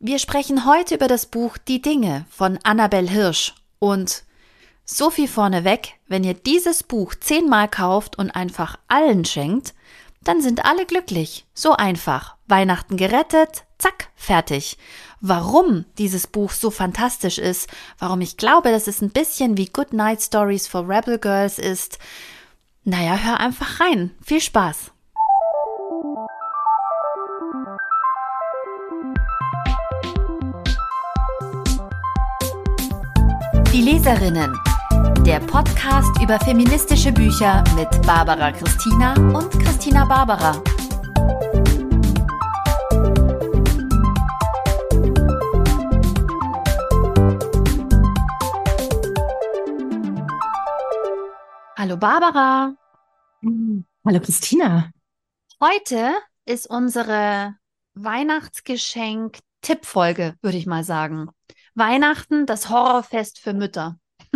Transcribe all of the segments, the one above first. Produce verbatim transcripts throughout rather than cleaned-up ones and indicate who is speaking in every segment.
Speaker 1: Wir sprechen heute über das Buch Die Dinge von Annabel Hirsch. Und so viel vorneweg, wenn ihr dieses Buch zehnmal kauft und einfach allen schenkt, dann sind alle glücklich. So einfach. Weihnachten gerettet, zack, fertig. Warum dieses Buch so fantastisch ist, warum ich glaube, dass es ein bisschen wie Good Night Stories for Rebel Girls ist, naja, hör einfach rein. Viel Spaß. Die Leserinnen. Der Podcast über feministische Bücher mit Barbara Christina und Christina Barbara. Hallo Barbara.
Speaker 2: Hallo Christina.
Speaker 1: Heute ist unsere Weihnachtsgeschenk-Tippfolge, würde ich mal sagen. Weihnachten, das Horrorfest für Mütter.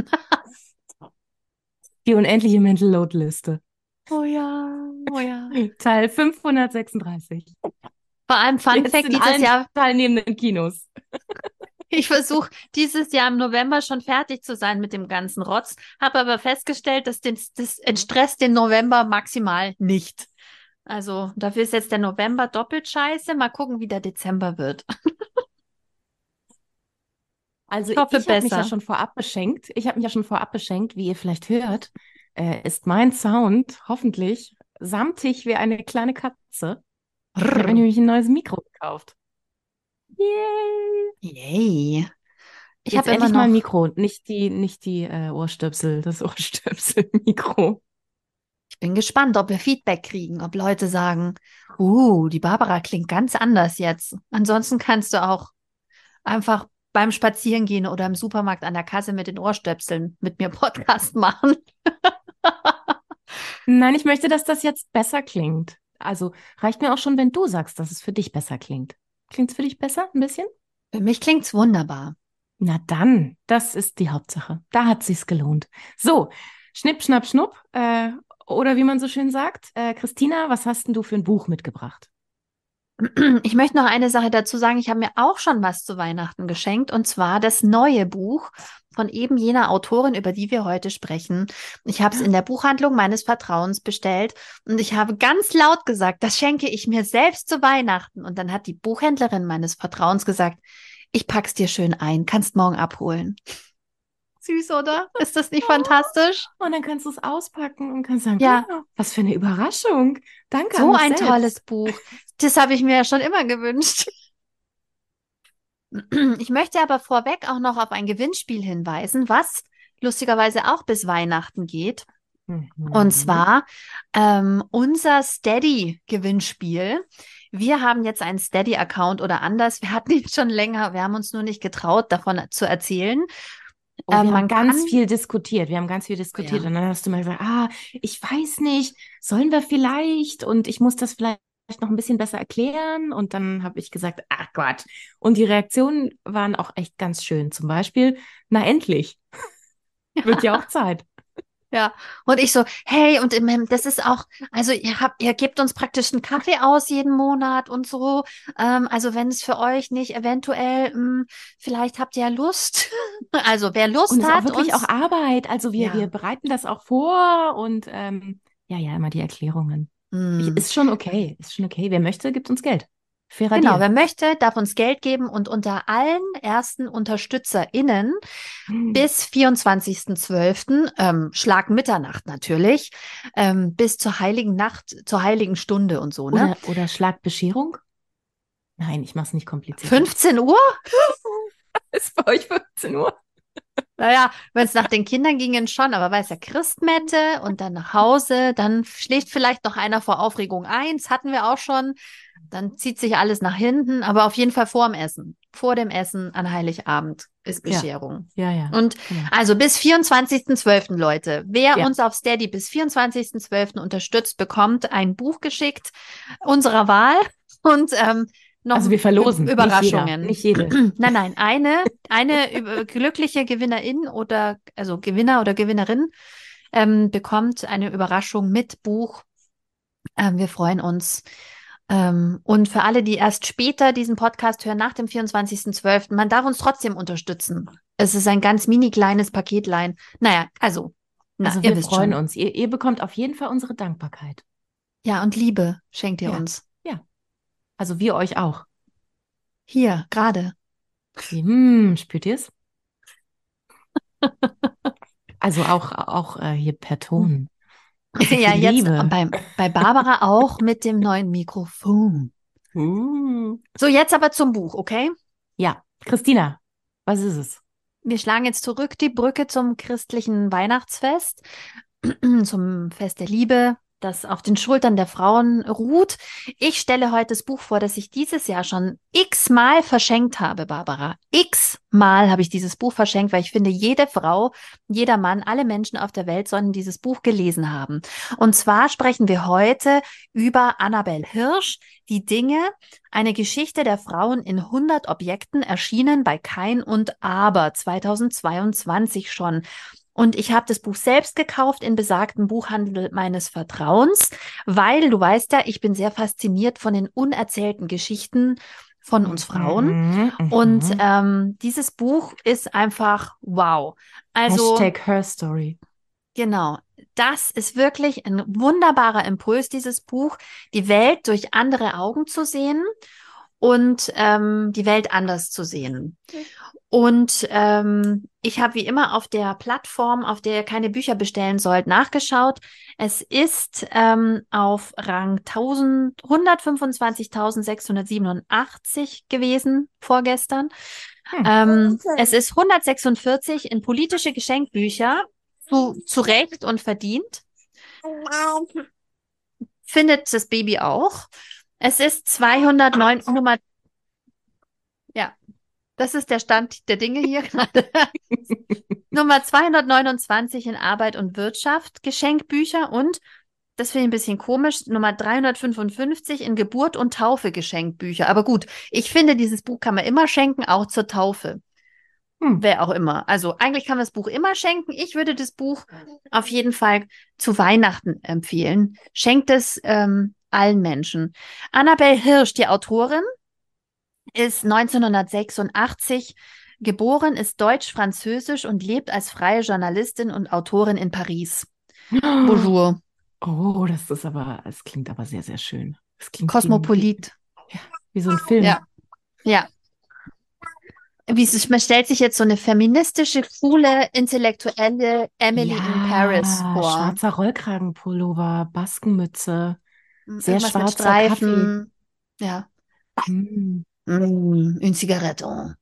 Speaker 2: Die unendliche Mental Load Liste.
Speaker 1: Oh ja, oh ja.
Speaker 2: Teil fünfhundertsechsunddreißig.
Speaker 1: Vor allem Fun
Speaker 2: Jetzt
Speaker 1: Fact
Speaker 2: in
Speaker 1: dieses
Speaker 2: allen
Speaker 1: Jahr.
Speaker 2: teilnehmenden Kinos.
Speaker 1: Ich versuche dieses Jahr im November schon fertig zu sein mit dem ganzen Rotz, habe aber festgestellt, dass den, das entstresst den November maximal nicht. Also dafür ist jetzt der November doppelt scheiße. Mal gucken, wie der Dezember wird.
Speaker 2: Also
Speaker 1: Ich hoffe
Speaker 2: ich habe mich ja
Speaker 1: besser.
Speaker 2: schon vorab beschenkt. Ich habe mich ja schon vorab beschenkt, wie ihr vielleicht hört, äh, ist mein Sound hoffentlich samtig wie eine kleine Katze. Ich habe mir nämlich ein neues Mikro gekauft. Yay!
Speaker 1: Yay. Ich
Speaker 2: Jetzt
Speaker 1: habe immer
Speaker 2: endlich mal ein
Speaker 1: noch.
Speaker 2: Mikro, nicht die, nicht die äh, Ohrstöpsel, das Ohrstöpsel-Mikro.
Speaker 1: Ich bin gespannt, ob wir Feedback kriegen, ob Leute sagen, uh, die Barbara klingt ganz anders jetzt. Ansonsten kannst du auch einfach beim Spazierengehen oder im Supermarkt an der Kasse mit den Ohrstöpseln mit mir Podcast machen.
Speaker 2: Nein, ich möchte, dass das jetzt besser klingt. Also reicht mir auch schon, wenn du sagst, dass es für dich besser klingt. Klingt es für dich besser, ein bisschen?
Speaker 1: Für mich klingt's wunderbar.
Speaker 2: Na dann, das ist die Hauptsache. Da hat sich's gelohnt. So, Schnipp, Schnapp, Schnupp. Äh, oder wie man so schön sagt. Äh, Christina, was hast denn du für ein Buch mitgebracht?
Speaker 1: Ich möchte noch eine Sache dazu sagen. Ich habe mir auch schon was zu Weihnachten geschenkt, und zwar das neue Buch von eben jener Autorin, über die wir heute sprechen. Ich habe es in der Buchhandlung meines Vertrauens bestellt und ich habe ganz laut gesagt, das schenke ich mir selbst zu Weihnachten. Und dann hat die Buchhändlerin meines Vertrauens gesagt, ich pack's dir schön ein, kannst morgen abholen. Süß, oder? Ist das nicht fantastisch?
Speaker 2: Und dann kannst du es auspacken und kannst sagen,
Speaker 1: Ja,
Speaker 2: oh, was für eine Überraschung. Danke an
Speaker 1: so
Speaker 2: mich
Speaker 1: ein tolles
Speaker 2: selbst.
Speaker 1: Buch. Das habe ich mir ja schon immer gewünscht. Ich möchte aber vorweg auch noch auf ein Gewinnspiel hinweisen, was lustigerweise auch bis Weihnachten geht. Und
Speaker 2: Mhm.
Speaker 1: zwar ähm, unser Steady-Gewinnspiel. Wir haben jetzt einen Steady-Account oder anders. Wir hatten ihn schon länger. Wir haben uns nur nicht getraut, davon zu erzählen.
Speaker 2: Oh,
Speaker 1: Ähm,
Speaker 2: wir haben
Speaker 1: man
Speaker 2: ganz
Speaker 1: kann,
Speaker 2: viel diskutiert. Wir haben ganz viel diskutiert.
Speaker 1: ja,
Speaker 2: Und dann hast du mal gesagt, ah, ich weiß nicht, sollen wir vielleicht? Und ich muss das vielleicht noch ein bisschen besser erklären. Und dann habe ich gesagt, ach Gott. Und die Reaktionen waren auch echt ganz schön. Zum Beispiel, na endlich, wird ja auch Zeit.
Speaker 1: ja. Und ich so, hey, und im, das ist auch, also ihr habt, ihr gebt uns praktisch einen Kaffee aus jeden Monat und so. Ähm, also wenn es für euch nicht eventuell, mh, vielleicht habt ihr ja Lust. Also wer
Speaker 2: Und
Speaker 1: Lust
Speaker 2: es ist auch
Speaker 1: hat,
Speaker 2: wirklich auch
Speaker 1: uns,
Speaker 2: Arbeit. Also wir, wir
Speaker 1: ja.
Speaker 2: bereiten das auch vor und ähm, ja, ja, immer die Erklärungen. Ich,
Speaker 1: Hm.
Speaker 2: ist schon okay, ist schon okay. Wer möchte, gibt uns Geld. Fairer
Speaker 1: Genau,
Speaker 2: Deal.
Speaker 1: wer möchte, darf uns Geld geben, und unter allen ersten UnterstützerInnen
Speaker 2: Hm.
Speaker 1: bis vierundzwanzigsten zwölften Ähm, Schlag Mitternacht natürlich, ähm, bis zur heiligen Nacht, zur heiligen Stunde und so, ne?
Speaker 2: Oder, oder Schlagbescherung? Nein, ich mach's nicht komplizierter.
Speaker 1: fünfzehn Uhr?
Speaker 2: Ist bei euch fünfzehn Uhr?
Speaker 1: Naja, wenn es nach den Kindern ginge schon, aber weiß ja, Christmette und dann nach Hause, dann schläft vielleicht noch einer vor Aufregung ein, das hatten wir auch schon. Dann zieht sich alles nach hinten, aber auf jeden Fall vor dem Essen. Vor dem Essen an Heiligabend ist
Speaker 2: Ja,
Speaker 1: Bescherung.
Speaker 2: ja, ja,
Speaker 1: Und
Speaker 2: genau.
Speaker 1: also bis vierundzwanzigsten zwölften Leute. Wer
Speaker 2: Ja,
Speaker 1: uns auf Steady bis vierundzwanzigsten zwölften unterstützt, bekommt ein Buch geschickt unserer Wahl und ähm, noch
Speaker 2: also wir
Speaker 1: Ü-
Speaker 2: verlosen, nicht jeder,
Speaker 1: Überraschungen.
Speaker 2: nicht jede.
Speaker 1: Nein, nein, eine, eine über- glückliche Gewinnerin oder also Gewinner oder Gewinnerin ähm, bekommt eine Überraschung mit Buch. Ähm, wir freuen uns. Ähm, und für alle, die erst später diesen Podcast hören, nach dem vierundzwanzigsten zwölften, man darf uns trotzdem unterstützen. Es ist ein ganz mini kleines Paketlein. Naja, also, na,
Speaker 2: Also
Speaker 1: ihr
Speaker 2: wir
Speaker 1: wisst
Speaker 2: freuen
Speaker 1: schon.
Speaker 2: uns. Ihr, ihr bekommt auf jeden Fall unsere Dankbarkeit.
Speaker 1: Ja, und Liebe schenkt ihr
Speaker 2: Ja,
Speaker 1: uns.
Speaker 2: ja. Also wir euch auch.
Speaker 1: Hier, gerade.
Speaker 2: Hm, spürt ihr es? Also auch, auch äh, hier per Ton. So
Speaker 1: Ja,
Speaker 2: viel
Speaker 1: jetzt
Speaker 2: Liebe.
Speaker 1: bei, bei Barbara auch mit dem neuen Mikrofon.
Speaker 2: Uh.
Speaker 1: So, jetzt aber zum Buch, okay?
Speaker 2: Ja, Christina, was ist es?
Speaker 1: Wir schlagen jetzt zurück die Brücke zum christlichen Weihnachtsfest, zum Fest der Liebe, das auf den Schultern der Frauen ruht. Ich stelle heute das Buch vor, das ich dieses Jahr schon x-mal verschenkt habe, Barbara. X-mal habe ich dieses Buch verschenkt, weil ich finde, jede Frau, jeder Mann, alle Menschen auf der Welt sollten dieses Buch gelesen haben. Und zwar sprechen wir heute über Annabel Hirsch, Die Dinge, eine Geschichte der Frauen in hundert Objekten, erschienen bei Kein und Aber zweitausendzweiundzwanzig schon. Und ich habe das Buch selbst gekauft in besagtem Buchhandel meines Vertrauens, weil du weißt ja, ich bin sehr fasziniert von den unerzählten Geschichten von uns Frauen.
Speaker 2: Mhm,
Speaker 1: Und
Speaker 2: mhm.
Speaker 1: ähm, dieses Buch ist einfach wow. Also
Speaker 2: Hashtag Her Story.
Speaker 1: genau, das ist wirklich ein wunderbarer Impuls, dieses Buch, die Welt durch andere Augen zu sehen und ähm, die Welt anders zu sehen. Und ähm, ich habe wie immer auf der Plattform, auf der ihr keine Bücher bestellen sollt, nachgeschaut. Es ist ähm, auf Rang hundertfünfundzwanzigtausendsechshundertsiebenundachtzig gewesen vorgestern.
Speaker 2: Hm.
Speaker 1: Ähm, es ist hundertsechsundvierzig in politische Geschenkbücher, zu, zu Recht und verdient. Findet das Baby auch. Es ist zweihundertneun, Nummer, ja, das ist der Stand der Dinge hier gerade. Nummer zweihundertneunundzwanzig in Arbeit und Wirtschaft, Geschenkbücher und, das finde ich ein bisschen komisch, Nummer dreihundertfünfundfünfzig in Geburt und Taufe Geschenkbücher. Aber gut, ich finde, dieses Buch kann man immer schenken, auch zur Taufe.
Speaker 2: Hm.
Speaker 1: Wer auch immer. Also eigentlich kann man das Buch immer schenken. Ich würde das Buch auf jeden Fall zu Weihnachten empfehlen. Schenkt es ähm, allen Menschen. Annabel Hirsch, die Autorin, ist neunzehnhundertsechsundachtzig geboren, ist deutsch-französisch und lebt als freie Journalistin und Autorin in Paris. Bonjour.
Speaker 2: Oh, das ist aber, es klingt aber sehr, sehr schön. Es klingt wie, ein- wie,
Speaker 1: Kosmopolit.
Speaker 2: ja, wie so ein Film.
Speaker 1: Ja, ja. Wie, es- man stellt sich jetzt so eine feministische, coole, intellektuelle Emily in Paris
Speaker 2: Ja,
Speaker 1: vor.
Speaker 2: schwarzer Rollkragenpullover, Baskenmütze, sehr
Speaker 1: Irgendwas mit
Speaker 2: schwarzer Kaffee.
Speaker 1: Streifen. Ja.
Speaker 2: Mm.
Speaker 1: Mm, une Zigarette.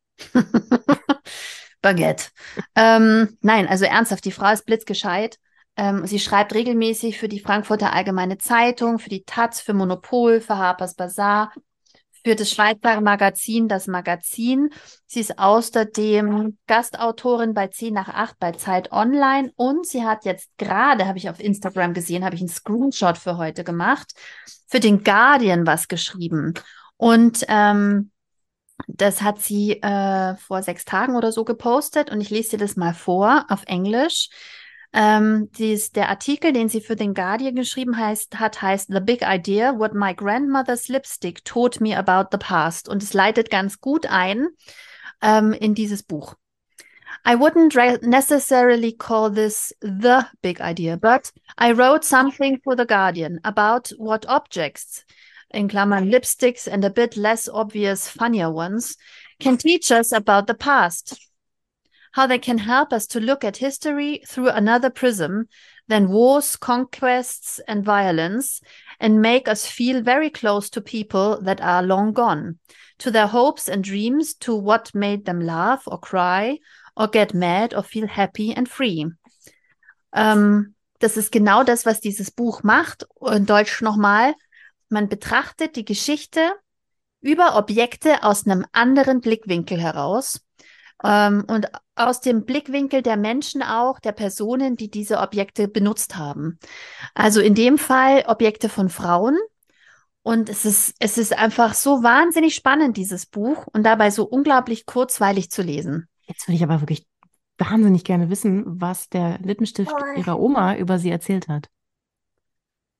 Speaker 1: Baguette. Ähm, nein, also ernsthaft, die Frau ist blitzgescheit. Ähm, sie schreibt regelmäßig für die Frankfurter Allgemeine Zeitung, für die Taz, für Monopol, für Harper's Bazaar, für das Schweizer Magazin Das Magazin. Sie ist außerdem Gastautorin bei zehn nach acht bei Zeit Online und sie hat jetzt gerade, habe ich auf Instagram gesehen, habe ich einen Screenshot für heute gemacht, für den Guardian was geschrieben. Und ähm, das hat sie äh, vor sechs Tagen oder so gepostet und ich lese dir das mal vor auf Englisch. Ähm, dies, der Artikel, den sie für den Guardian geschrieben heißt, hat, heißt The Big Idea, What My Grandmother's Lipstick Taught Me About the Past. Und es leitet ganz gut ein ähm, in dieses Buch. I wouldn't necessarily call this the big idea, but I wrote something for the Guardian about what objects, in Klammern lipsticks and a bit less obvious, funnier ones, can teach us about the past. How they can help us to look at history through another prism than wars, conquests, and violence, and make us feel very close to people that are long gone, to their hopes and dreams, to what made them laugh or cry, or get mad or feel happy and free. Ähm, das ist genau das, was dieses Buch macht. In Deutsch nochmal. Man betrachtet die Geschichte über Objekte aus einem anderen Blickwinkel heraus. Ähm, und aus dem Blickwinkel der Menschen auch, der Personen, die diese Objekte benutzt haben. Also in dem Fall Objekte von Frauen. Und es ist, es ist einfach so wahnsinnig spannend, dieses Buch, und dabei so unglaublich kurzweilig zu lesen.
Speaker 2: Jetzt würde ich aber wirklich wahnsinnig gerne wissen, was der Lippenstift ihrer Oma über sie erzählt hat.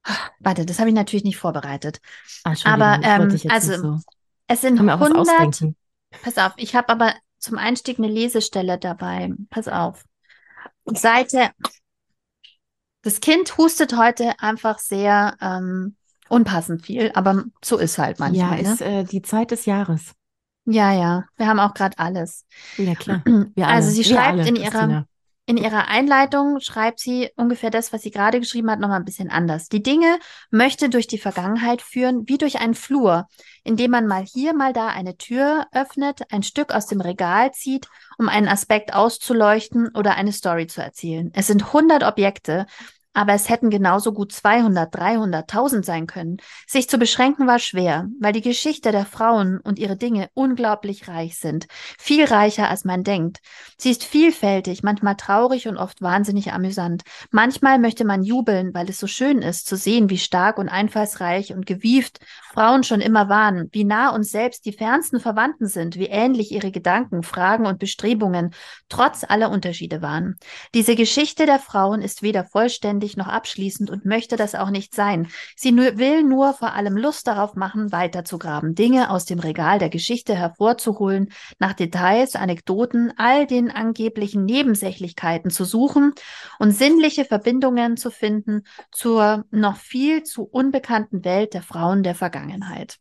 Speaker 1: Warte, das habe ich natürlich nicht vorbereitet.
Speaker 2: Ah,
Speaker 1: Aber
Speaker 2: Entschuldigung, ich wollte
Speaker 1: ähm,
Speaker 2: dich jetzt nicht
Speaker 1: also,
Speaker 2: so.
Speaker 1: es
Speaker 2: Ich kann mir
Speaker 1: sind
Speaker 2: auch was
Speaker 1: hundert.
Speaker 2: ausdenken.
Speaker 1: Pass auf, ich habe aber zum Einstieg eine Lesestelle dabei. Pass auf. Seite, das Kind hustet heute einfach sehr ähm, unpassend viel, aber so ist halt
Speaker 2: Ja,
Speaker 1: manchmal, ne?
Speaker 2: ist äh, die Zeit des Jahres.
Speaker 1: Ja, ja, wir haben auch gerade alles.
Speaker 2: Ja, klar. Wir
Speaker 1: Also
Speaker 2: alle.
Speaker 1: sie
Speaker 2: Wir
Speaker 1: schreibt
Speaker 2: alle,
Speaker 1: in ihrer,
Speaker 2: Christina.
Speaker 1: in ihrer Einleitung, schreibt sie ungefähr das, was sie gerade geschrieben hat, nochmal ein bisschen anders. Die Dinge möchte durch die Vergangenheit führen, wie durch einen Flur, in dem man mal hier, mal da eine Tür öffnet, ein Stück aus dem Regal zieht, um einen Aspekt auszuleuchten oder eine Story zu erzählen. Es sind hundert Objekte, aber es hätten genauso gut zweihundert, dreihundert, tausend sein können. Sich zu beschränken war schwer, weil die Geschichte der Frauen und ihre Dinge unglaublich reich sind. Viel reicher, als man denkt. Sie ist vielfältig, manchmal traurig und oft wahnsinnig amüsant. Manchmal möchte man jubeln, weil es so schön ist, zu sehen, wie stark und einfallsreich und gewieft Frauen schon immer waren, wie nah uns selbst die fernsten Verwandten sind, wie ähnlich ihre Gedanken, Fragen und Bestrebungen trotz aller Unterschiede waren. Diese Geschichte der Frauen ist weder vollständig noch abschließend und möchte das auch nicht sein. Sie nur, will nur vor allem Lust darauf machen, weiterzugraben, Dinge aus dem Regal der Geschichte hervorzuholen, nach Details, Anekdoten, all den angeblichen Nebensächlichkeiten zu suchen und sinnliche Verbindungen zu finden zur noch viel zu unbekannten Welt der Frauen der Vergangenheit.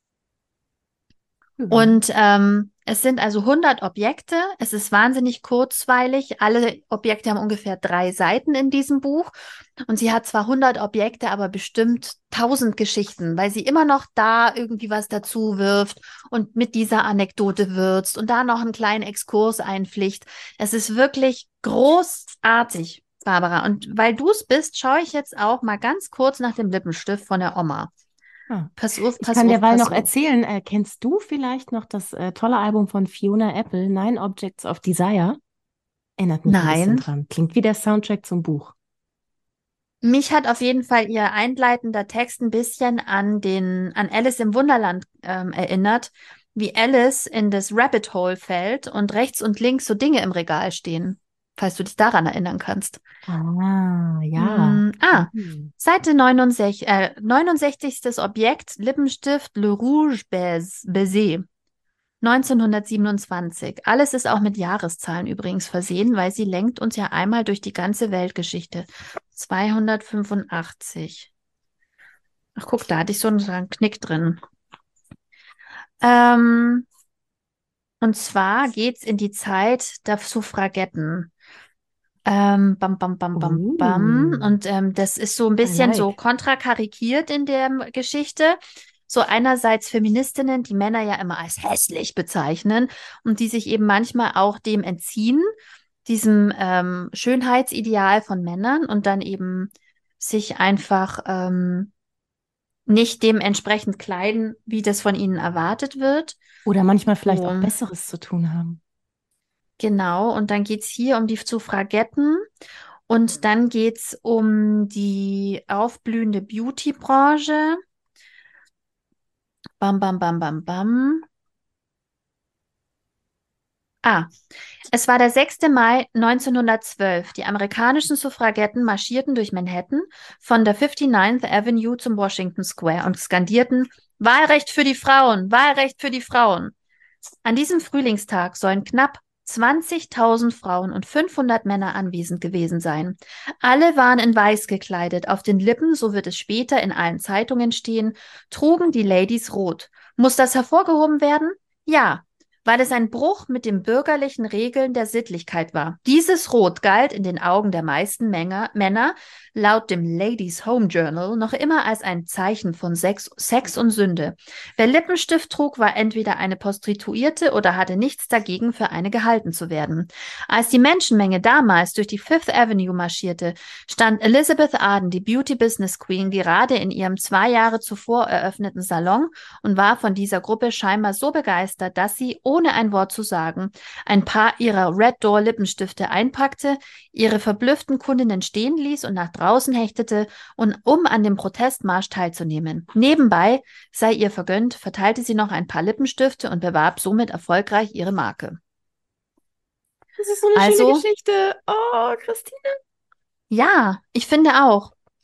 Speaker 2: Mhm.
Speaker 1: Und ähm, es sind also hundert Objekte. Es ist wahnsinnig kurzweilig. Alle Objekte haben ungefähr drei Seiten in diesem Buch. Und sie hat zwar hundert Objekte, aber bestimmt tausend Geschichten, weil sie immer noch da irgendwie was dazu wirft und mit dieser Anekdote würzt und da noch einen kleinen Exkurs einpflicht. Es ist wirklich großartig, Barbara. Und weil du es bist, schaue ich jetzt auch mal ganz kurz nach dem Lippenstift von der Oma.
Speaker 2: Ah.
Speaker 1: Pass auf,
Speaker 2: Ich
Speaker 1: pass
Speaker 2: kann
Speaker 1: auf,
Speaker 2: derweil
Speaker 1: pass
Speaker 2: noch
Speaker 1: auf.
Speaker 2: erzählen, äh, kennst du vielleicht noch das äh, tolle Album von Fiona Apple, Nine Objects of Desire? Erinnert mich ein bisschen
Speaker 1: Nein.
Speaker 2: dran. Klingt wie der Soundtrack zum Buch.
Speaker 1: Mich hat auf jeden Fall ihr einleitender Text ein bisschen an den, an Alice im Wunderland ähm, erinnert, wie Alice in das Rabbit Hole fällt und rechts und links so Dinge im Regal stehen, falls du dich daran erinnern kannst.
Speaker 2: Ah, ja.
Speaker 1: Mm, ah,
Speaker 2: Mhm.
Speaker 1: Seite neunundsechzig, äh, neunundsechzigstes Objekt, Lippenstift Le Rouge Bais- Baiser. neunzehnhundertsiebenundzwanzig. Alles ist auch mit Jahreszahlen übrigens versehen, weil sie lenkt uns ja einmal durch die ganze Weltgeschichte. zweihundertfünfundachtzig. Ach, guck, da hatte ich so einen, so einen Knick drin. Ähm, und zwar geht's in die Zeit der Suffragetten. Ähm, bam, bam, bam, bam, bam.
Speaker 2: Uh,
Speaker 1: Und ähm, das ist so ein
Speaker 2: I
Speaker 1: bisschen so
Speaker 2: like.
Speaker 1: kontrakarikiert in der Geschichte. So einerseits Feministinnen, die Männer ja immer als hässlich bezeichnen und die sich eben manchmal auch dem entziehen, diesem ähm, Schönheitsideal von Männern und dann eben sich einfach ähm, nicht dementsprechend kleiden, wie das von ihnen erwartet wird.
Speaker 2: Oder manchmal vielleicht auch
Speaker 1: So,
Speaker 2: Besseres zu tun haben.
Speaker 1: genau. Und dann geht's hier um die Suffragetten. Und dann geht's um die aufblühende Beauty-Branche. Bam, bam, bam, bam, bam. Ah, es war der sechste Mai neunzehnhundertzwölf. Die amerikanischen Suffragetten marschierten durch Manhattan von der fifty-ninth Avenue zum Washington Square und skandierten Wahlrecht für die Frauen, Wahlrecht für die Frauen. An diesem Frühlingstag sollen knapp zwanzigtausend Frauen und fünfhundert Männer anwesend gewesen sein. Alle waren in weiß gekleidet. Auf den Lippen, so wird es später in allen Zeitungen stehen, trugen die Ladies rot. Muss das hervorgehoben werden? Ja, weil es ein Bruch mit den bürgerlichen Regeln der Sittlichkeit war. Dieses Rot galt in den Augen der meisten Männer, Männer laut dem Ladies Home Journal noch immer als ein Zeichen von Sex, Sex und Sünde. Wer Lippenstift trug, war entweder eine Prostituierte oder hatte nichts dagegen, für eine gehalten zu werden. Als die Menschenmenge damals durch die Fifth Avenue marschierte, stand Elizabeth Arden, die Beauty Business Queen, gerade in ihrem zwei Jahre zuvor eröffneten Salon und war von dieser Gruppe scheinbar so begeistert, dass sie, ohne ein Wort zu sagen, ein paar ihrer Red Door Lippenstifte einpackte, ihre verblüfften Kundinnen stehen ließ und nach draußen hechtete, und um an dem Protestmarsch teilzunehmen. Nebenbei sei ihr vergönnt, verteilte sie noch ein paar Lippenstifte und bewarb somit erfolgreich ihre Marke.
Speaker 2: Das ist so eine schöne
Speaker 1: Also,
Speaker 2: Geschichte. Oh, Christine.
Speaker 1: ja, ich finde auch.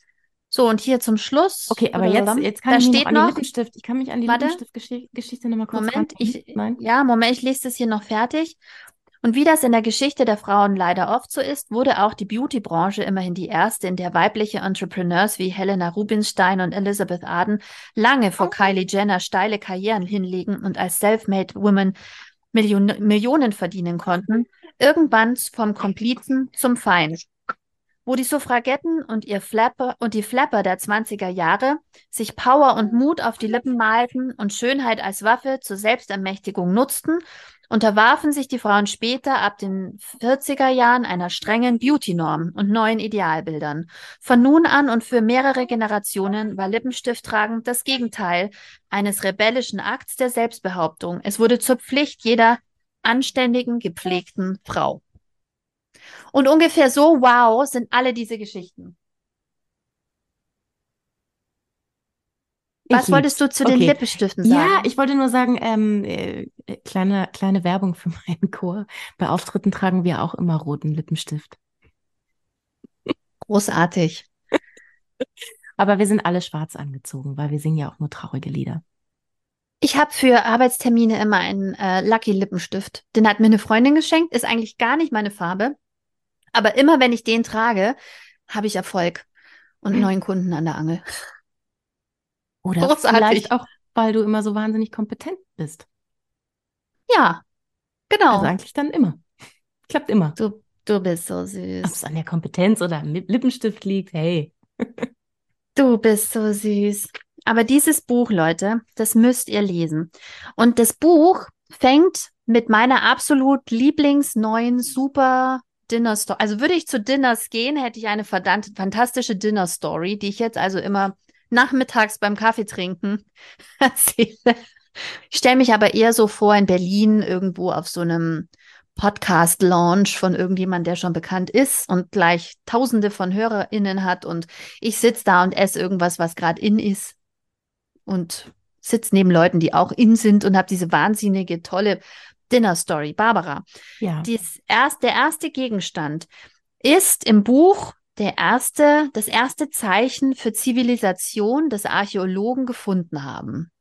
Speaker 1: So, und hier zum Schluss,
Speaker 2: Okay, aber jetzt,
Speaker 1: blablabla,
Speaker 2: jetzt kann
Speaker 1: da
Speaker 2: ich mich noch
Speaker 1: steht
Speaker 2: an die
Speaker 1: noch,
Speaker 2: Lippenstift, ich kann mich an die
Speaker 1: warte,
Speaker 2: Lippenstift-Geschichte nochmal kurz
Speaker 1: Moment,
Speaker 2: ranhängen.
Speaker 1: ich,
Speaker 2: Nein?
Speaker 1: ja, Moment, ich lese das hier noch fertig. Und wie das in der Geschichte der Frauen leider oft so ist, wurde auch die Beauty-Branche immerhin die erste, in der weibliche Entrepreneurs wie Helena Rubinstein und Elizabeth Arden lange vor Kylie Jenner steile Karrieren hinlegen und als Self-Made Women Million Millionen verdienen konnten, irgendwann vom Komplizen zum Feind. Wo die Suffragetten und ihr Flapper und die Flapper der zwanziger Jahre sich Power und Mut auf die Lippen malten und Schönheit als Waffe zur Selbstermächtigung nutzten, unterwarfen sich die Frauen später ab den vierziger Jahren einer strengen Beauty-Norm und neuen Idealbildern. Von nun an und für mehrere Generationen war Lippenstifttragen das Gegenteil eines rebellischen Akts der Selbstbehauptung. Es wurde zur Pflicht jeder anständigen, gepflegten Frau. Und ungefähr so wow sind alle diese Geschichten.
Speaker 2: Ich
Speaker 1: Was wolltest
Speaker 2: lieb's.
Speaker 1: du zu den
Speaker 2: Okay.
Speaker 1: Lippenstiften
Speaker 2: Ja,
Speaker 1: sagen?
Speaker 2: ich wollte nur sagen, ähm, äh, äh, kleine, kleine Werbung für meinen Chor. Bei Auftritten tragen wir auch immer roten Lippenstift.
Speaker 1: Großartig.
Speaker 2: Aber wir sind alle schwarz angezogen, weil wir singen ja auch nur traurige Lieder.
Speaker 1: Ich habe für Arbeitstermine immer einen äh, Lucky Lippenstift. Den hat mir eine Freundin geschenkt, ist eigentlich gar nicht meine Farbe. Aber immer wenn ich den trage, habe ich Erfolg und neuen Kunden an der Angel.
Speaker 2: Oder vielleicht
Speaker 1: Großartig.
Speaker 2: auch, weil du immer so wahnsinnig kompetent bist.
Speaker 1: Ja,
Speaker 2: Also
Speaker 1: genau.
Speaker 2: eigentlich dann immer. Klappt immer.
Speaker 1: Du, du bist so
Speaker 2: Ob es
Speaker 1: süß.
Speaker 2: an der Kompetenz oder am Lip- Lippenstift liegt, hey.
Speaker 1: Du bist so süß. Aber dieses Buch, Leute, das müsst ihr lesen. Und das Buch fängt mit meiner absolut lieblingsneuen super Dinner Story. Also würde ich zu Dinners gehen, hätte ich eine verdammt fantastische Dinner Story, die ich jetzt also immer nachmittags beim Kaffee trinken erzähle. Ich stelle mich aber eher so vor in Berlin irgendwo auf so einem Podcast-Launch von irgendjemand, der schon bekannt ist und gleich Tausende von HörerInnen hat und ich sitze da und esse irgendwas, was gerade in ist und sitze neben Leuten, die auch in sind und habe diese wahnsinnige, tolle Dinner-Story. Barbara,
Speaker 2: Ja.
Speaker 1: dies erst, der erste Gegenstand ist im Buch der erste, das erste Zeichen für Zivilisation, das Archäologen gefunden haben.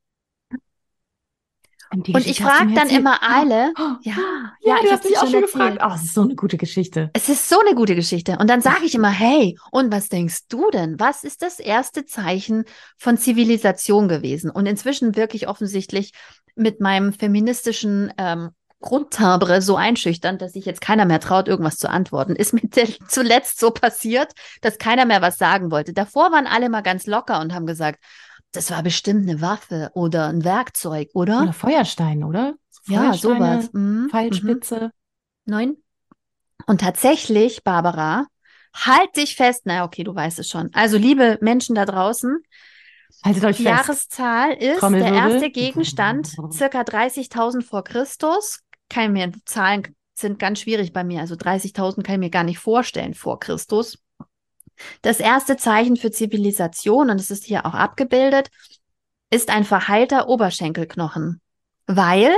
Speaker 2: Und die
Speaker 1: Und ich
Speaker 2: Geschichte hast du
Speaker 1: frage
Speaker 2: mir
Speaker 1: dann
Speaker 2: erzählt.
Speaker 1: immer
Speaker 2: Oh,
Speaker 1: alle,
Speaker 2: oh,
Speaker 1: ja,
Speaker 2: oh. Ja,
Speaker 1: ja,
Speaker 2: du
Speaker 1: ich habe
Speaker 2: hast
Speaker 1: sie
Speaker 2: mich auch
Speaker 1: schon
Speaker 2: schon gefragt.
Speaker 1: erzählt.
Speaker 2: Oh, es ist so eine gute Geschichte.
Speaker 1: Es ist so eine gute Geschichte. Und dann sage ich immer, hey, und was denkst du denn? Was ist das erste Zeichen von Zivilisation gewesen? Und inzwischen wirklich offensichtlich mit meinem feministischen ähm, Grundtimbre so einschüchternd, dass sich jetzt keiner mehr traut, irgendwas zu antworten. Ist mir zuletzt so passiert, dass keiner mehr was sagen wollte. Davor waren alle mal ganz locker und haben gesagt, das war bestimmt eine Waffe oder ein Werkzeug, oder?
Speaker 2: Oder Feuerstein, oder? So
Speaker 1: Ja,
Speaker 2: Feuersteine,
Speaker 1: sowas. Mhm, mhm.
Speaker 2: Pfeilspitze.
Speaker 1: Neun. Und tatsächlich, Barbara, halt dich fest. Na, okay, du weißt es schon. Also, liebe Menschen da draußen,
Speaker 2: Haltet euch
Speaker 1: die
Speaker 2: fest.
Speaker 1: Jahreszahl ist der erste
Speaker 2: Trommelwirbel.
Speaker 1: Gegenstand circa dreißigtausend vor Christus. Kann mir, Zahlen sind ganz schwierig bei mir. Also dreißigtausend kann ich mir gar nicht vorstellen vor Christus. Das erste Zeichen für Zivilisation, und es ist hier auch abgebildet, ist ein verheilter Oberschenkelknochen. Weil,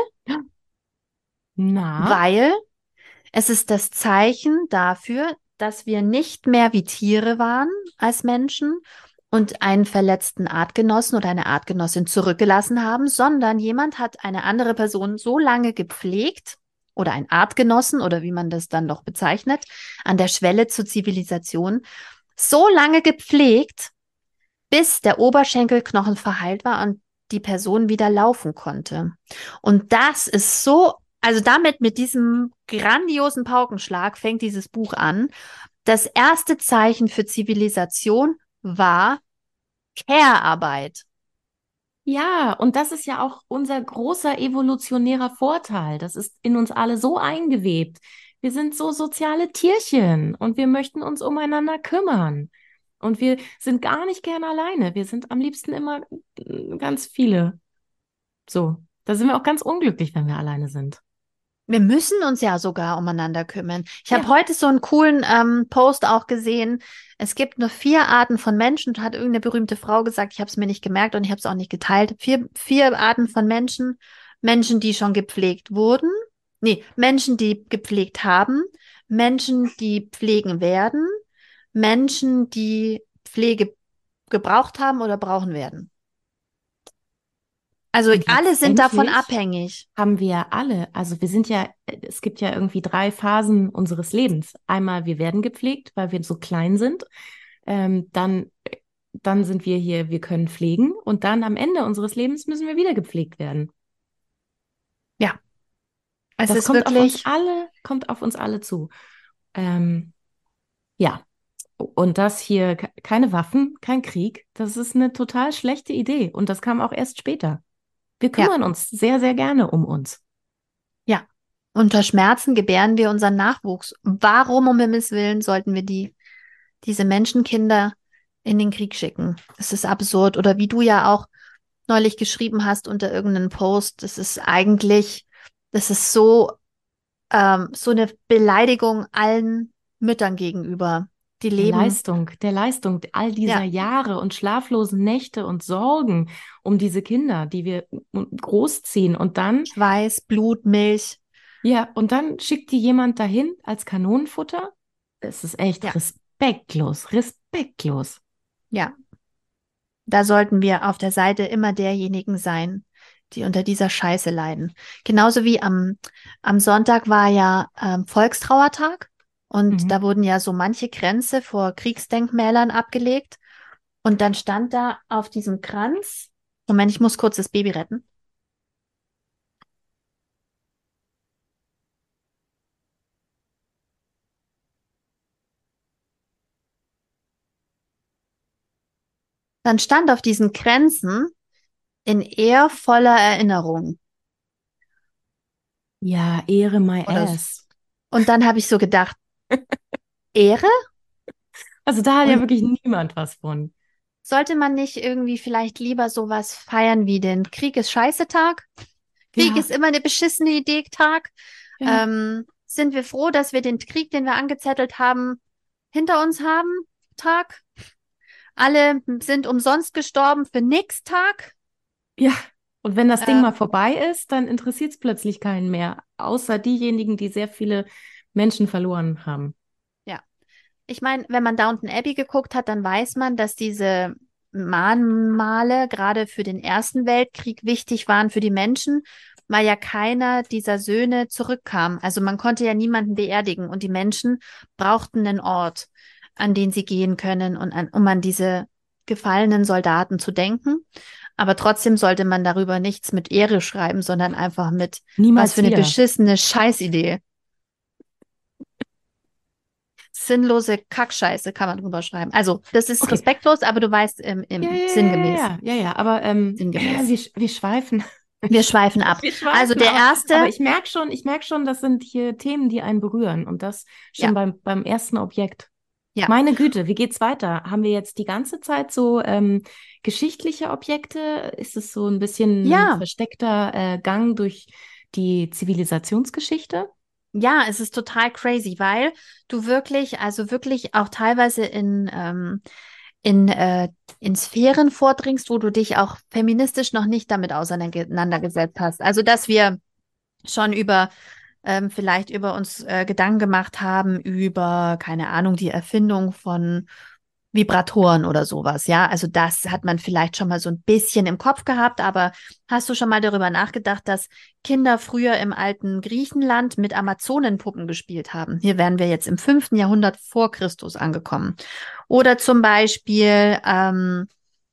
Speaker 2: Na,
Speaker 1: weil es ist das Zeichen dafür, dass wir nicht mehr wie Tiere waren als Menschen und einen verletzten Artgenossen oder eine Artgenossin zurückgelassen haben, sondern jemand hat eine andere Person so lange gepflegt oder ein Artgenossen oder wie man das dann doch bezeichnet, an der Schwelle zur Zivilisation, so lange gepflegt, bis der Oberschenkelknochen verheilt war und die Person wieder laufen konnte. Und das ist so, also damit mit diesem grandiosen Paukenschlag fängt dieses Buch an. Das erste Zeichen für Zivilisation war Care-Arbeit.
Speaker 2: ja, und das ist ja auch unser großer evolutionärer Vorteil. Das ist in uns alle so eingewebt. Wir sind so soziale Tierchen und wir möchten uns umeinander kümmern. Und wir sind gar nicht gern alleine. Wir sind am liebsten immer äh, ganz viele. So, da sind wir auch ganz unglücklich, wenn wir alleine sind.
Speaker 1: Wir müssen uns ja sogar umeinander kümmern. Ich habe
Speaker 2: Ja.
Speaker 1: heute so einen coolen ähm, Post auch gesehen. Es gibt nur vier Arten von Menschen, hat irgendeine berühmte Frau gesagt. Ich habe es mir nicht gemerkt und ich habe es auch nicht geteilt. Vier, vier Arten von Menschen. Menschen, die schon gepflegt wurden. Nee, Menschen, die gepflegt haben. Menschen, die pflegen werden. Menschen, die Pflege gebraucht haben oder brauchen werden. Also
Speaker 2: Und
Speaker 1: alle sind davon
Speaker 2: letztendlich
Speaker 1: abhängig.
Speaker 2: haben wir ja alle, also wir sind ja, es gibt ja irgendwie drei Phasen unseres Lebens. Einmal, wir werden gepflegt, weil wir so klein sind. Ähm, dann, dann sind wir hier, wir können pflegen. Und dann am Ende unseres Lebens müssen wir wieder gepflegt werden.
Speaker 1: Ja, es
Speaker 2: Das
Speaker 1: ist
Speaker 2: kommt auf uns
Speaker 1: wirklich,
Speaker 2: alle, kommt auf uns alle zu. Ähm, ja. Und das hier, ke- keine Waffen, kein Krieg, das ist eine total schlechte Idee. Und das kam auch erst später. Wir
Speaker 1: ja,
Speaker 2: kümmern uns sehr, sehr gerne um uns.
Speaker 1: ja. Unter Schmerzen gebären wir unseren Nachwuchs. Warum um Himmels Willen sollten wir die, diese Menschenkinder in den Krieg schicken? Das ist absurd. Oder wie du ja auch neulich geschrieben hast unter irgendeinem Post, das ist eigentlich, das ist so, ähm, so eine Beleidigung allen Müttern gegenüber. Die
Speaker 2: Der
Speaker 1: leben,
Speaker 2: Leistung, der Leistung all dieser
Speaker 1: ja,
Speaker 2: Jahre und schlaflosen Nächte und Sorgen um diese Kinder, die wir großziehen. Und dann,
Speaker 1: Schweiß, Blut, Milch.
Speaker 2: ja, und dann schickt die jemand dahin als Kanonenfutter. Es ist echt
Speaker 1: Ja,
Speaker 2: respektlos, respektlos.
Speaker 1: ja. Da sollten wir auf der Seite immer derjenigen sein, die unter dieser Scheiße leiden. Genauso wie am, am Sonntag war ja ähm, Volkstrauertag und
Speaker 2: Mhm.
Speaker 1: da wurden ja so manche Kränze vor Kriegsdenkmälern abgelegt und dann stand da auf diesem Kranz, Moment, ich muss kurz das Baby retten. Dann stand auf diesen Kränzen in ehrvoller Erinnerung
Speaker 2: Ja, Ehre my
Speaker 1: oder so.
Speaker 2: ass.
Speaker 1: Und dann habe ich so gedacht, Ehre?
Speaker 2: Also da hat ja
Speaker 1: Und
Speaker 2: wirklich niemand was von.
Speaker 1: sollte man nicht irgendwie vielleicht lieber sowas feiern wie den Krieg ist Scheiße Tag? Krieg ist
Speaker 2: Ja,
Speaker 1: immer eine beschissene Idee Tag.
Speaker 2: ja,
Speaker 1: Ähm, sind wir froh, dass wir den Krieg, den wir angezettelt haben, hinter uns haben Tag? Alle sind umsonst gestorben für nix Tag?
Speaker 2: ja. Und wenn das Ding mal
Speaker 1: Ähm,
Speaker 2: vorbei ist, dann interessiert es plötzlich keinen mehr, außer diejenigen, die sehr viele Menschen verloren haben.
Speaker 1: ja. Ich meine, wenn man Downton Abbey geguckt hat, dann weiß man, dass diese Mahnmale gerade für den Ersten Weltkrieg wichtig waren für die Menschen, weil ja keiner dieser Söhne zurückkam. Also man konnte ja niemanden beerdigen und die Menschen brauchten einen Ort, an den sie gehen können und an, um an diese gefallenen Soldaten zu denken. Aber trotzdem sollte man darüber nichts mit Ehre schreiben, sondern einfach mit was für
Speaker 2: Niemals
Speaker 1: eine
Speaker 2: wieder.
Speaker 1: beschissene Scheißidee. Sinnlose Kackscheiße kann man drüber schreiben. Also, das ist
Speaker 2: Okay.
Speaker 1: respektlos, aber du weißt, im,
Speaker 2: Ja,
Speaker 1: im
Speaker 2: ja, ja,
Speaker 1: sinngemäß.
Speaker 2: ja, ja, ja, aber ähm, ja,
Speaker 1: Sinngemäß.
Speaker 2: wir, sch- wir schweifen.
Speaker 1: Wir schweifen ab.
Speaker 2: Wir
Speaker 1: Also
Speaker 2: schweifen,
Speaker 1: der
Speaker 2: aber, aber
Speaker 1: erste,
Speaker 2: ich merke schon, ich merke schon, das sind hier Themen, die einen berühren und das schon
Speaker 1: ja,
Speaker 2: beim, beim ersten Objekt.
Speaker 1: ja,
Speaker 2: Meine Güte, wie geht's weiter? Haben wir jetzt die ganze Zeit so ähm, geschichtliche Objekte? Ist es so ein bisschen ein
Speaker 1: ja,
Speaker 2: versteckter äh, Gang durch die Zivilisationsgeschichte?
Speaker 1: ja, es ist total crazy, weil du wirklich, also wirklich auch teilweise in, ähm, in, äh, in Sphären vordringst, wo du dich auch feministisch noch nicht damit auseinandergesetzt hast. Also, dass wir schon über ähm, vielleicht über uns äh, Gedanken gemacht haben, über, keine Ahnung, die Erfindung von Vibratoren oder sowas, ja. Also das hat man vielleicht schon mal so ein bisschen im Kopf gehabt, aber hast du schon mal darüber nachgedacht, dass Kinder früher im alten Griechenland mit Amazonenpuppen gespielt haben? Hier wären wir jetzt im fünften Jahrhundert vor Christus angekommen. Oder zum Beispiel, ähm,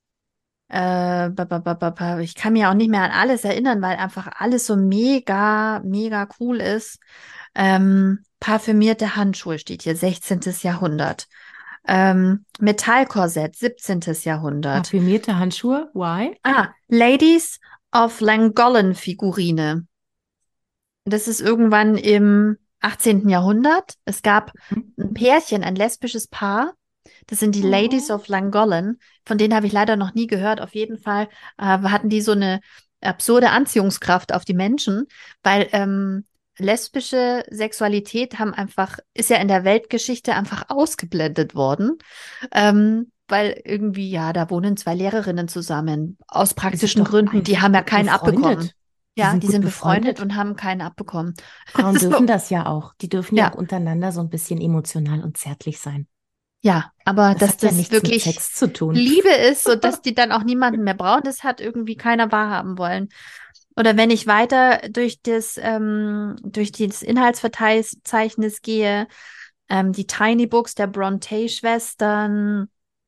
Speaker 1: äh, ba, ba, ba, ba, ba, ich kann mich auch nicht mehr an alles erinnern, weil einfach alles so mega, mega cool ist. Ähm, parfümierte Handschuhe steht hier, sechzehntes Jahrhundert. Ähm, Metallkorsett, siebzehntes Jahrhundert.
Speaker 2: Parfümierte Handschuhe? Why?
Speaker 1: Ah, Ladies of Llangollen Figurine. Das ist irgendwann im achtzehnten Jahrhundert. Es gab
Speaker 2: Hm?
Speaker 1: ein Pärchen, ein lesbisches Paar. Das sind die Ladies
Speaker 2: Oh.
Speaker 1: of Llangollen. Von denen habe ich leider noch nie gehört. Auf jeden Fall äh, hatten die so eine absurde Anziehungskraft auf die Menschen, weil ähm, lesbische Sexualität haben einfach, ist ja in der Weltgeschichte einfach ausgeblendet worden. Ähm, weil irgendwie, ja, da wohnen zwei Lehrerinnen zusammen aus
Speaker 2: Die sind
Speaker 1: praktischen
Speaker 2: doch
Speaker 1: Gründen. Die
Speaker 2: einfach
Speaker 1: haben ja
Speaker 2: gut
Speaker 1: keinen abbekommen.
Speaker 2: befreundet. Die
Speaker 1: Ja,
Speaker 2: sind
Speaker 1: die
Speaker 2: gut
Speaker 1: sind befreundet
Speaker 2: befreundet.
Speaker 1: und haben keinen abbekommen.
Speaker 2: Frauen dürfen
Speaker 1: So,
Speaker 2: das ja auch. Die dürfen ja auch
Speaker 1: ja,
Speaker 2: untereinander so ein bisschen emotional und zärtlich sein.
Speaker 1: Ja, aber
Speaker 2: Das
Speaker 1: dass
Speaker 2: hat ja
Speaker 1: das
Speaker 2: nichts mit
Speaker 1: wirklich
Speaker 2: Sex zu tun.
Speaker 1: Liebe ist und dass die dann auch niemanden mehr brauchen, das hat irgendwie keiner wahrhaben wollen. Oder wenn ich weiter durch das, ähm, durch das Inhaltsverzeichnis gehe, ähm, die Tiny Books der Brontë-Schwestern,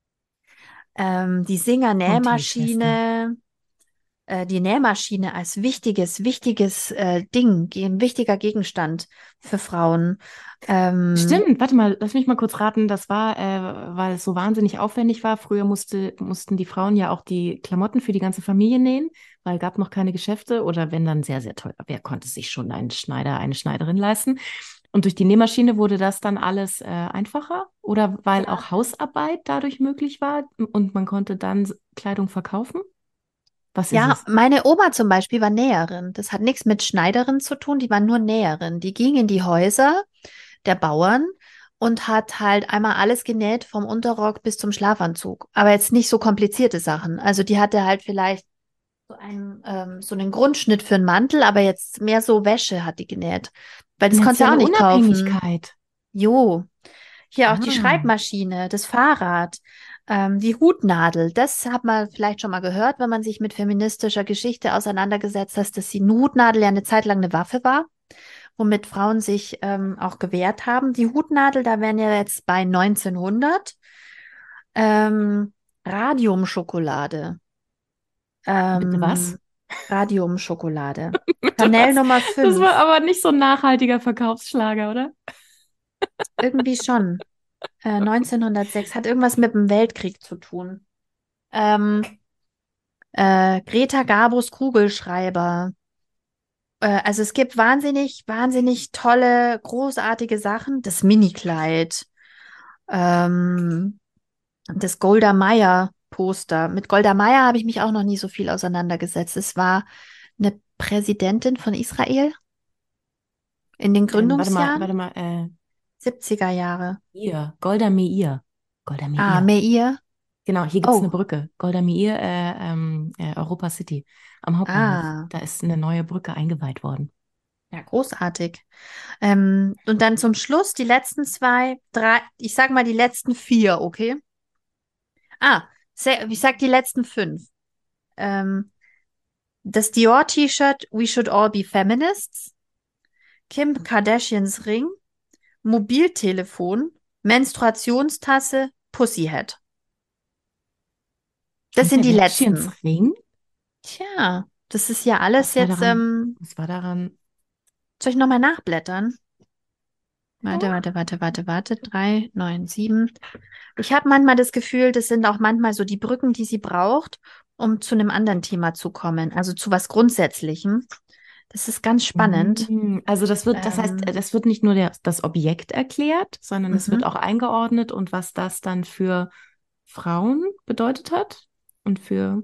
Speaker 1: ähm, die
Speaker 2: Brontë-Schwestern.
Speaker 1: Singer-Nähmaschine, äh, die Nähmaschine als wichtiges, wichtiges äh, Ding, ein wichtiger Gegenstand für Frauen. Ähm,
Speaker 2: Stimmt, warte mal, lass mich mal kurz raten. Das war, äh, weil es so wahnsinnig aufwendig war. Früher musste, mussten die Frauen ja auch die Klamotten für die ganze Familie nähen, weil gab noch keine Geschäfte oder wenn dann sehr, sehr teuer. Wer konnte sich schon einen Schneider, eine Schneiderin leisten? Und durch die Nähmaschine wurde das dann alles äh, einfacher? Oder weil
Speaker 1: Ja.
Speaker 2: auch Hausarbeit dadurch möglich war und man konnte dann Kleidung verkaufen? Was ist
Speaker 1: Ja,
Speaker 2: es?
Speaker 1: meine Oma zum Beispiel war Näherin. Das hat nichts mit Schneiderin zu tun, die war nur Näherin. Die ging in die Häuser der Bauern und hat halt einmal alles genäht, vom Unterrock bis zum Schlafanzug. Aber jetzt nicht so komplizierte Sachen. Also die hatte halt vielleicht so einen, ähm, so einen Grundschnitt für einen Mantel, aber jetzt mehr so Wäsche hat die genäht. Weil das konntest du ja auch
Speaker 2: Finanzielle
Speaker 1: nicht kaufen.
Speaker 2: Unabhängigkeit.
Speaker 1: Jo. Hier auch die
Speaker 2: Ah,
Speaker 1: Schreibmaschine, das Fahrrad, ähm, die Hutnadel. Das hat man vielleicht schon mal gehört, wenn man sich mit feministischer Geschichte auseinandergesetzt hat, dass die Hutnadel ja eine Zeit lang eine Waffe war, womit Frauen sich ähm, auch gewehrt haben. Die Hutnadel, da wären ja jetzt bei neunzehnhundert. Ähm, Radiumschokolade.
Speaker 2: bitte was?
Speaker 1: Ähm, Radiumschokolade.
Speaker 2: Bitte
Speaker 1: Chanel
Speaker 2: was?
Speaker 1: Nummer
Speaker 2: Das war
Speaker 1: fünf.
Speaker 2: aber nicht so ein nachhaltiger Verkaufsschlager, oder?
Speaker 1: Irgendwie schon. Äh, neunzehnhundertsechs. Hat irgendwas mit dem Weltkrieg zu tun. Ähm, äh, Greta Garbos Kugelschreiber. Äh, also es gibt wahnsinnig, wahnsinnig tolle, großartige Sachen. Das Minikleid. Ähm, das Golda Meir Poster. Mit Golda Meir habe ich mich auch noch nie so viel auseinandergesetzt. Es war eine Präsidentin von Israel in den
Speaker 2: Ähm, warte mal,
Speaker 1: Gründungsjahren,
Speaker 2: warte mal, äh,
Speaker 1: siebziger Jahre.
Speaker 2: Meir, Golda Meir. Golda
Speaker 1: Ah,
Speaker 2: Meir.
Speaker 1: Meir.
Speaker 2: Genau, hier gibt es eine
Speaker 1: Oh,
Speaker 2: Brücke. Golda Meir, äh, ähm, äh, Europa City am Hauptbahnhof.
Speaker 1: ah,
Speaker 2: Da ist eine neue Brücke eingeweiht worden.
Speaker 1: ja, großartig. Ähm, und dann zum Schluss die letzten zwei, drei, ich sag mal die letzten vier, okay? Ah, se- ich sag die letzten fünf. Ähm, das Dior-T-Shirt We Should All Be Feminists, Kim Kardashians Ring, Mobiltelefon, Menstruationstasse, Pussyhead. Das
Speaker 2: Kim
Speaker 1: sind die
Speaker 2: Kardashians
Speaker 1: letzten.
Speaker 2: Ring?
Speaker 1: Tja, das ist ja alles
Speaker 2: Was war
Speaker 1: jetzt,
Speaker 2: daran?
Speaker 1: ähm,
Speaker 2: Was war daran?
Speaker 1: soll ich nochmal nachblättern? Warte,
Speaker 2: Ja.
Speaker 1: warte, warte, warte, warte. Drei, neun, sieben. Ich habe manchmal das Gefühl, das sind auch manchmal so die Brücken, die sie braucht, um zu einem anderen Thema zu kommen, also zu was Grundsätzlichem. Das ist ganz spannend.
Speaker 2: Mm, Also das wird, das heißt,
Speaker 1: Ähm,
Speaker 2: das wird nicht nur der, das Objekt erklärt, sondern es wird
Speaker 1: mhm.
Speaker 2: auch eingeordnet und was das dann für Frauen bedeutet hat und für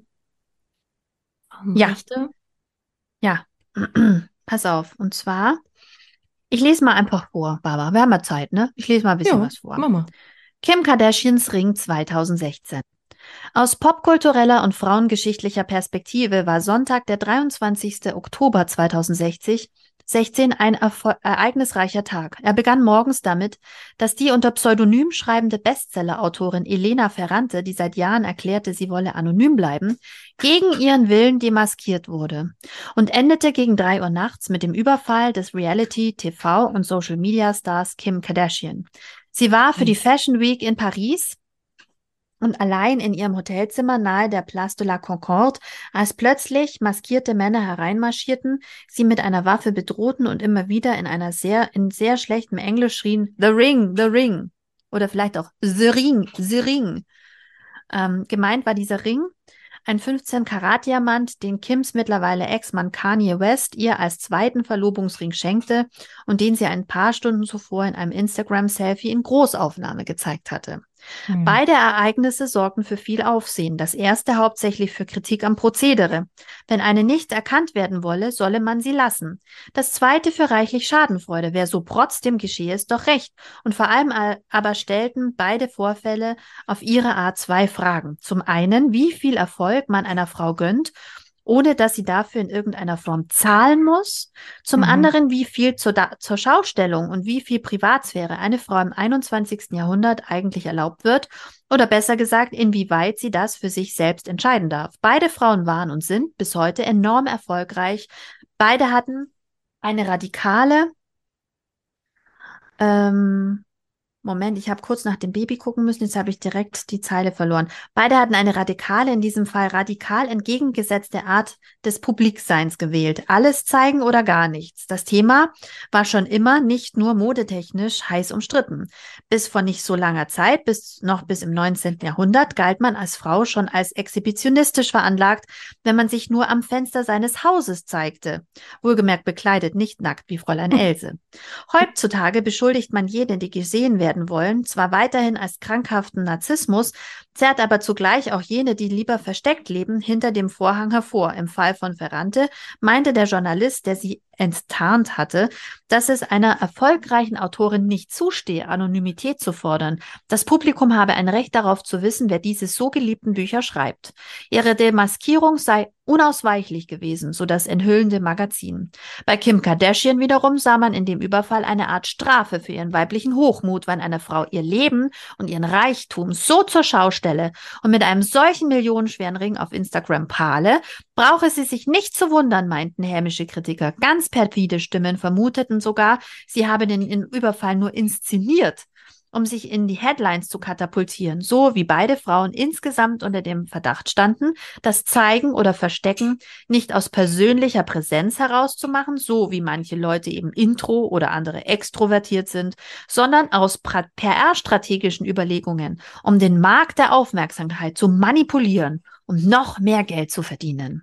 Speaker 2: ähm,
Speaker 1: Ja,
Speaker 2: Rechte.
Speaker 1: ja. Pass auf. Und zwar, ich lese mal einfach vor, Barbara. Wir haben ja Zeit, ne? Ich lese mal ein bisschen
Speaker 2: Ja,
Speaker 1: was vor.
Speaker 2: Mama.
Speaker 1: Kim Kardashians Ring zweitausendsechzehn. Aus popkultureller und frauengeschichtlicher Perspektive war Sonntag, der dreiundzwanzigster Oktober zweitausendsechzehn, sechzehn ein erfol- ereignisreicher Tag. Er begann morgens damit, dass die unter Pseudonym schreibende Bestsellerautorin Elena Ferrante, die seit Jahren erklärte, sie wolle anonym bleiben, gegen ihren Willen demaskiert wurde und endete gegen drei Uhr nachts mit dem Überfall des Reality-T V- und Social-Media-Stars Kim Kardashian. Sie war für die
Speaker 2: Hm.
Speaker 1: Fashion Week in Paris und allein in ihrem Hotelzimmer nahe der Place de la Concorde, als plötzlich maskierte Männer hereinmarschierten, sie mit einer Waffe bedrohten und immer wieder in einer sehr, in sehr schlechtem Englisch schrien, The Ring, The Ring. Oder vielleicht auch The Ring, The Ring. Ähm, gemeint war dieser Ring ein fünfzehn-Karat-Diamant, den Kims mittlerweile Ex-Mann Kanye West ihr als zweiten Verlobungsring schenkte und den sie ein paar Stunden zuvor in einem Instagram-Selfie in Großaufnahme gezeigt hatte.
Speaker 2: Hm.
Speaker 1: Beide Ereignisse sorgten für viel Aufsehen, das erste hauptsächlich für Kritik am Prozedere. Wenn eine nicht erkannt werden wolle, solle man sie lassen. Das zweite für reichlich Schadenfreude, wer so protzt, dem geschehe es doch recht. Und vor allem aber stellten beide Vorfälle auf ihre Art zwei Fragen. Zum einen, wie viel Erfolg man einer Frau gönnt ohne dass sie dafür in irgendeiner Form zahlen muss. Zum
Speaker 2: Mhm.
Speaker 1: anderen, wie viel zur, Da- zur Schaustellung und wie viel Privatsphäre eine Frau im einundzwanzigsten Jahrhundert eigentlich erlaubt wird oder besser gesagt, inwieweit sie das für sich selbst entscheiden darf. Beide Frauen waren und sind bis heute enorm erfolgreich. Beide hatten eine radikale, ähm, Moment, ich habe kurz nach dem Baby gucken müssen, jetzt habe ich direkt die Zeile verloren. Beide hatten eine radikale, in diesem Fall radikal entgegengesetzte Art des Publikseins gewählt. Alles zeigen oder gar nichts. Das Thema war schon immer nicht nur modetechnisch heiß umstritten. Bis vor nicht so langer Zeit, bis noch bis im neunzehnten Jahrhundert, galt man als Frau schon als exhibitionistisch veranlagt, wenn man sich nur am Fenster seines Hauses zeigte. Wohlgemerkt bekleidet, nicht nackt wie Fräulein Else. Heutzutage beschuldigt man jede, die gesehen werden wollen, zwar weiterhin als krankhaften Narzissmus, zerrt aber zugleich auch jene, die lieber versteckt leben, hinter dem Vorhang hervor. Im Fall von Ferrante meinte der Journalist, der sie enttarnt hatte, dass es einer erfolgreichen Autorin nicht zustehe, Anonymität zu fordern. Das Publikum habe ein Recht darauf zu wissen, wer diese so geliebten Bücher schreibt. Ihre Demaskierung sei unausweichlich gewesen, so das enthüllende Magazin. Bei Kim Kardashian wiederum sah man in dem Überfall eine Art Strafe für ihren weiblichen Hochmut, wenn eine Frau ihr Leben und ihren Reichtum so zur Schau stelle und mit einem solchen millionenschweren Ring auf Instagram prahle, brauche sie sich nicht zu wundern, meinten hämische Kritiker. Ganz perfide Stimmen vermuteten sogar, sie habe den Überfall nur inszeniert, um sich in die Headlines zu katapultieren, so wie beide Frauen insgesamt unter dem Verdacht standen, das Zeigen oder Verstecken nicht aus persönlicher Präsenz herauszumachen, so wie manche Leute eben intro oder andere extrovertiert sind, sondern aus P R-strategischen Überlegungen, um den Markt der Aufmerksamkeit zu manipulieren, um noch mehr Geld zu verdienen.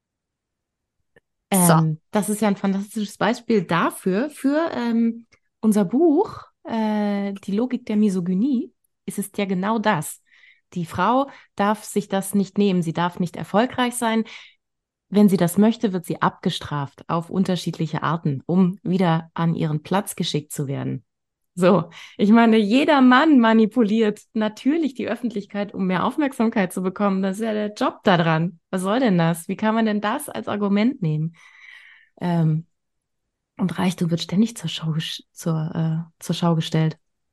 Speaker 1: So.
Speaker 2: Ähm, das ist ja ein fantastisches Beispiel dafür, für ähm, unser Buch, äh, Die Logik der Misogynie, ist es ja genau das. Die Frau darf sich das nicht nehmen, sie darf nicht erfolgreich sein. Wenn sie das möchte, wird sie abgestraft auf unterschiedliche Arten, um wieder an ihren Platz geschickt zu werden. So, ich meine, jeder Mann manipuliert natürlich die Öffentlichkeit, um mehr Aufmerksamkeit zu bekommen. Das ist ja der Job da dran. Was soll denn das? Wie kann man denn das als Argument nehmen? Ähm, und Reichtum wird ständig zur Schau, ges- zur, äh, zur Schau gestellt.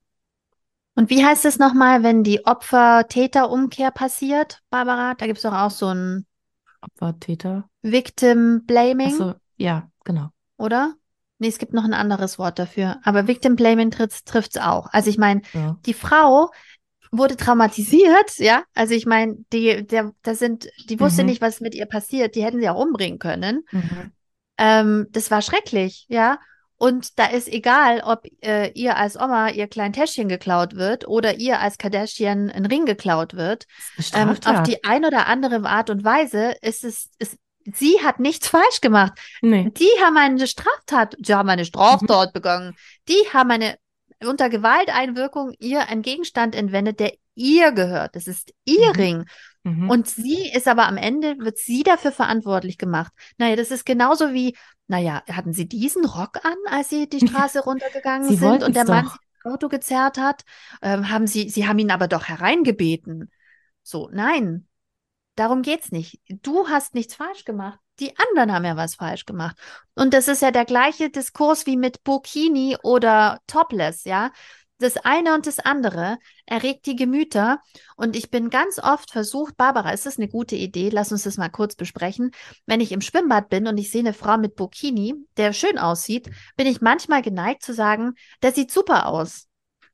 Speaker 1: Und wie heißt es nochmal, wenn die Opfer-Täter-Umkehr passiert, Barbara? Da gibt es doch auch so ein
Speaker 2: Opfer, Täter.
Speaker 1: Victim Blaming,
Speaker 2: Achso, ja, genau.
Speaker 1: oder? Nee, es gibt noch ein anderes Wort dafür. Aber Victim Blaming trifft es auch. Also ich meine,
Speaker 2: Ja.
Speaker 1: die Frau wurde traumatisiert, ja. Also ich meine, die, der, das sind, die wusste
Speaker 2: Mhm.
Speaker 1: nicht, was mit ihr passiert. Die hätten sie auch umbringen können.
Speaker 2: Mhm.
Speaker 1: Ähm, das war schrecklich, ja. Und da ist egal, ob äh, ihr als Oma ihr klein Täschchen geklaut wird oder ihr als Kardashian ein Ring geklaut wird.
Speaker 2: Das ist eine
Speaker 1: Ähm, auf
Speaker 2: Straftat.
Speaker 1: die ein oder andere Art und Weise ist es, ist, sie hat nichts falsch gemacht.
Speaker 2: Nee.
Speaker 1: Die haben eine Straftat, sie haben eine
Speaker 2: Mhm.
Speaker 1: Straftat begangen. Die haben eine unter Gewalteinwirkung ihr einen Gegenstand entwendet, der ihr gehört. Das ist ihr
Speaker 2: Mhm.
Speaker 1: Ring.
Speaker 2: Mhm.
Speaker 1: Und sie ist aber am Ende, wird sie dafür verantwortlich gemacht. Naja, das ist genauso wie, naja, hatten sie diesen Rock an, als sie die Straße runtergegangen
Speaker 2: Sie
Speaker 1: sind
Speaker 2: wollten
Speaker 1: und
Speaker 2: es
Speaker 1: der Mann sie
Speaker 2: doch.
Speaker 1: ins Auto gezerrt hat? Ähm, haben sie, sie haben ihn aber doch hereingebeten. So, nein, darum geht's nicht. Du hast nichts falsch gemacht. Die anderen haben ja was falsch gemacht. Und das ist ja der gleiche Diskurs wie mit Burkini oder Topless, ja. Das eine und das andere erregt die Gemüter. Und ich bin ganz oft versucht, Barbara, ist das eine gute Idee? Lass uns das mal kurz besprechen. Wenn ich im Schwimmbad bin und ich sehe eine Frau mit Burkini, der schön aussieht, bin ich manchmal geneigt zu sagen, der sieht super aus.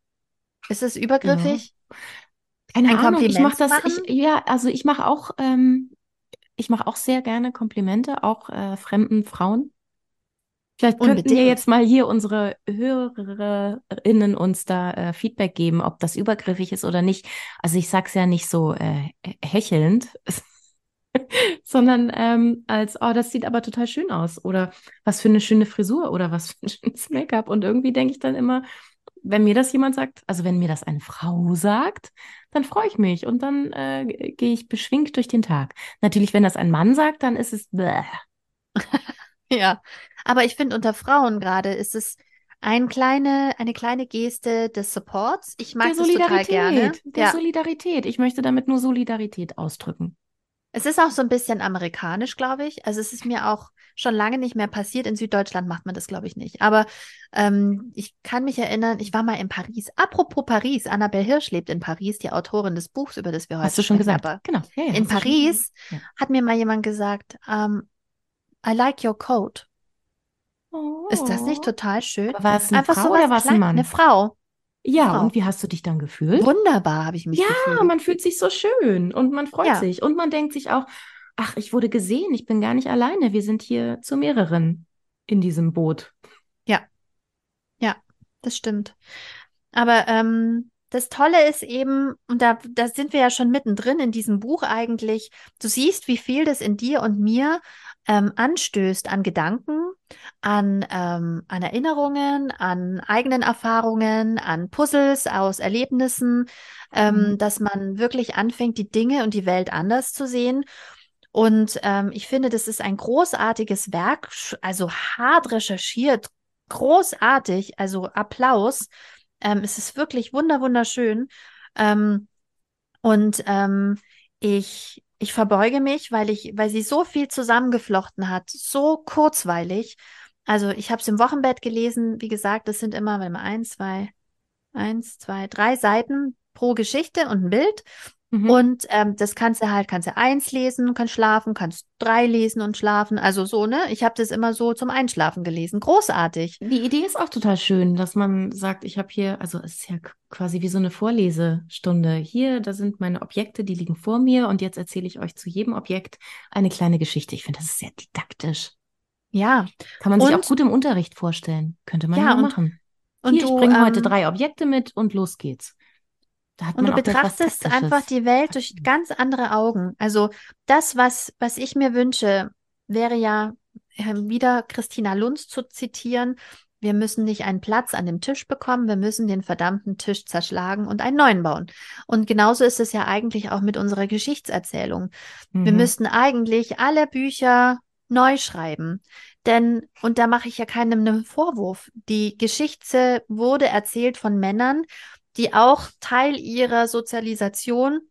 Speaker 1: Ist es
Speaker 2: Ja.
Speaker 1: übergriffig,
Speaker 2: Keine
Speaker 1: ein
Speaker 2: Ahnung, ich
Speaker 1: Kompliment
Speaker 2: mache
Speaker 1: zu
Speaker 2: das,
Speaker 1: machen?
Speaker 2: ich, ja, also ich mache auch, ähm, ich mache auch sehr gerne Komplimente, auch äh, fremden Frauen. Vielleicht könnten ja
Speaker 1: Unbedingt.
Speaker 2: jetzt mal hier unsere HörerInnen uns da äh, Feedback geben, ob das übergriffig ist oder nicht. Also ich sag's ja nicht so äh, hechelnd, sondern ähm, als, oh, das sieht aber total schön aus oder was für eine schöne Frisur oder was für ein schönes Make-up. Und irgendwie denke ich dann immer, wenn mir das jemand sagt, also wenn mir das eine Frau sagt, dann freue ich mich und dann äh, gehe ich beschwingt durch den Tag. Natürlich, wenn das ein Mann sagt, dann ist es bäh.
Speaker 1: Ja, aber ich finde, unter Frauen gerade ist es ein kleine, eine kleine Geste des Supports. Ich
Speaker 2: Der
Speaker 1: mag das total gerne.
Speaker 2: Solidarität, der
Speaker 1: Ja,
Speaker 2: Solidarität. Ich möchte damit nur Solidarität ausdrücken.
Speaker 1: Es ist auch so ein bisschen amerikanisch, glaube ich. Also es ist mir auch schon lange nicht mehr passiert. In Süddeutschland macht man das, glaube ich, nicht. Aber ähm, ich kann mich erinnern, ich war mal in Paris. Apropos Paris, Annabel Hirsch lebt in Paris, die Autorin des Buchs, über das wir
Speaker 2: Hast
Speaker 1: heute
Speaker 2: du schon
Speaker 1: sprechen.
Speaker 2: gesagt?
Speaker 1: Aber
Speaker 2: Genau. Ja, ja,
Speaker 1: in
Speaker 2: hast du schon gesagt.
Speaker 1: Paris
Speaker 2: Ja.
Speaker 1: hat mir mal jemand gesagt, ähm, I like your coat. Ist das nicht
Speaker 2: Oh.
Speaker 1: total schön?
Speaker 2: Aber war es eine
Speaker 1: Einfach
Speaker 2: Frau
Speaker 1: so
Speaker 2: oder
Speaker 1: was
Speaker 2: war es ein
Speaker 1: klein, eine
Speaker 2: Mann?
Speaker 1: Frau, eine
Speaker 2: Ja, und
Speaker 1: Frau.
Speaker 2: wie hast du dich dann gefühlt?
Speaker 1: Wunderbar habe ich mich
Speaker 2: Ja,
Speaker 1: gefühlt.
Speaker 2: man fühlt sich so schön und man freut
Speaker 1: Ja,
Speaker 2: sich und man denkt sich auch, ach, ich wurde gesehen, ich bin gar nicht alleine, wir sind hier zu mehreren in diesem Boot.
Speaker 1: ja, ja, das stimmt. Aber ähm, das Tolle ist eben, und da, da sind wir ja schon mittendrin in diesem Buch eigentlich, du siehst, wie viel das in dir und mir ähm, anstößt an Gedanken, an, ähm, an Erinnerungen, an eigenen Erfahrungen, an Puzzles aus Erlebnissen,
Speaker 2: Mhm.
Speaker 1: ähm, dass man wirklich anfängt, die Dinge und die Welt anders zu sehen. Und ähm, ich finde, das ist ein großartiges Werk, sch- also hart recherchiert, großartig, also Applaus. Ähm, es ist wirklich wunder, wunderschön. Ähm, und ähm, ich, ich verbeuge mich, weil ich, weil sie so viel zusammengeflochten hat, so kurzweilig. Also ich habe es im Wochenbett gelesen. Wie gesagt, das sind immer, warte mal, eins, zwei, eins, zwei, drei Seiten pro Geschichte und ein Bild.
Speaker 2: Mhm.
Speaker 1: Und ähm, das kannst du halt, kannst du eins lesen, kannst schlafen, kannst drei lesen und schlafen. Also so, ne? Ich habe das immer so zum Einschlafen gelesen. Großartig.
Speaker 2: Die Idee ist auch total schön, dass man sagt, ich habe hier, also es ist ja k- quasi wie so eine Vorlesestunde. Hier, da sind meine Objekte, die liegen vor mir und jetzt erzähle ich euch zu jedem Objekt eine kleine Geschichte. Ich finde, das ist sehr didaktisch.
Speaker 1: Ja.
Speaker 2: Kann man sich auch
Speaker 1: Und
Speaker 2: gut im Unterricht vorstellen. Könnte man
Speaker 1: ja,
Speaker 2: mal
Speaker 1: und,
Speaker 2: machen.
Speaker 1: und
Speaker 2: Hier, ich
Speaker 1: du,
Speaker 2: bringe heute
Speaker 1: ähm,
Speaker 2: drei Objekte mit und los geht's. Da hat
Speaker 1: und
Speaker 2: man
Speaker 1: du
Speaker 2: auch gleich was
Speaker 1: betrachtest einfach
Speaker 2: Taktisches.
Speaker 1: die Welt durch ganz andere Augen. Also das, was, was ich mir wünsche, wäre ja, äh, wieder Christina Lunz zu zitieren. Wir müssen nicht einen Platz an dem Tisch bekommen, wir müssen den verdammten Tisch zerschlagen und einen neuen bauen. Und genauso ist es ja eigentlich auch mit unserer Geschichtserzählung. Wir
Speaker 2: Mhm.
Speaker 1: müssten eigentlich alle Bücher neu schreiben. Denn, und da mache ich ja keinem einen Vorwurf, die Geschichte wurde erzählt von Männern, die auch Teil ihrer Sozialisation,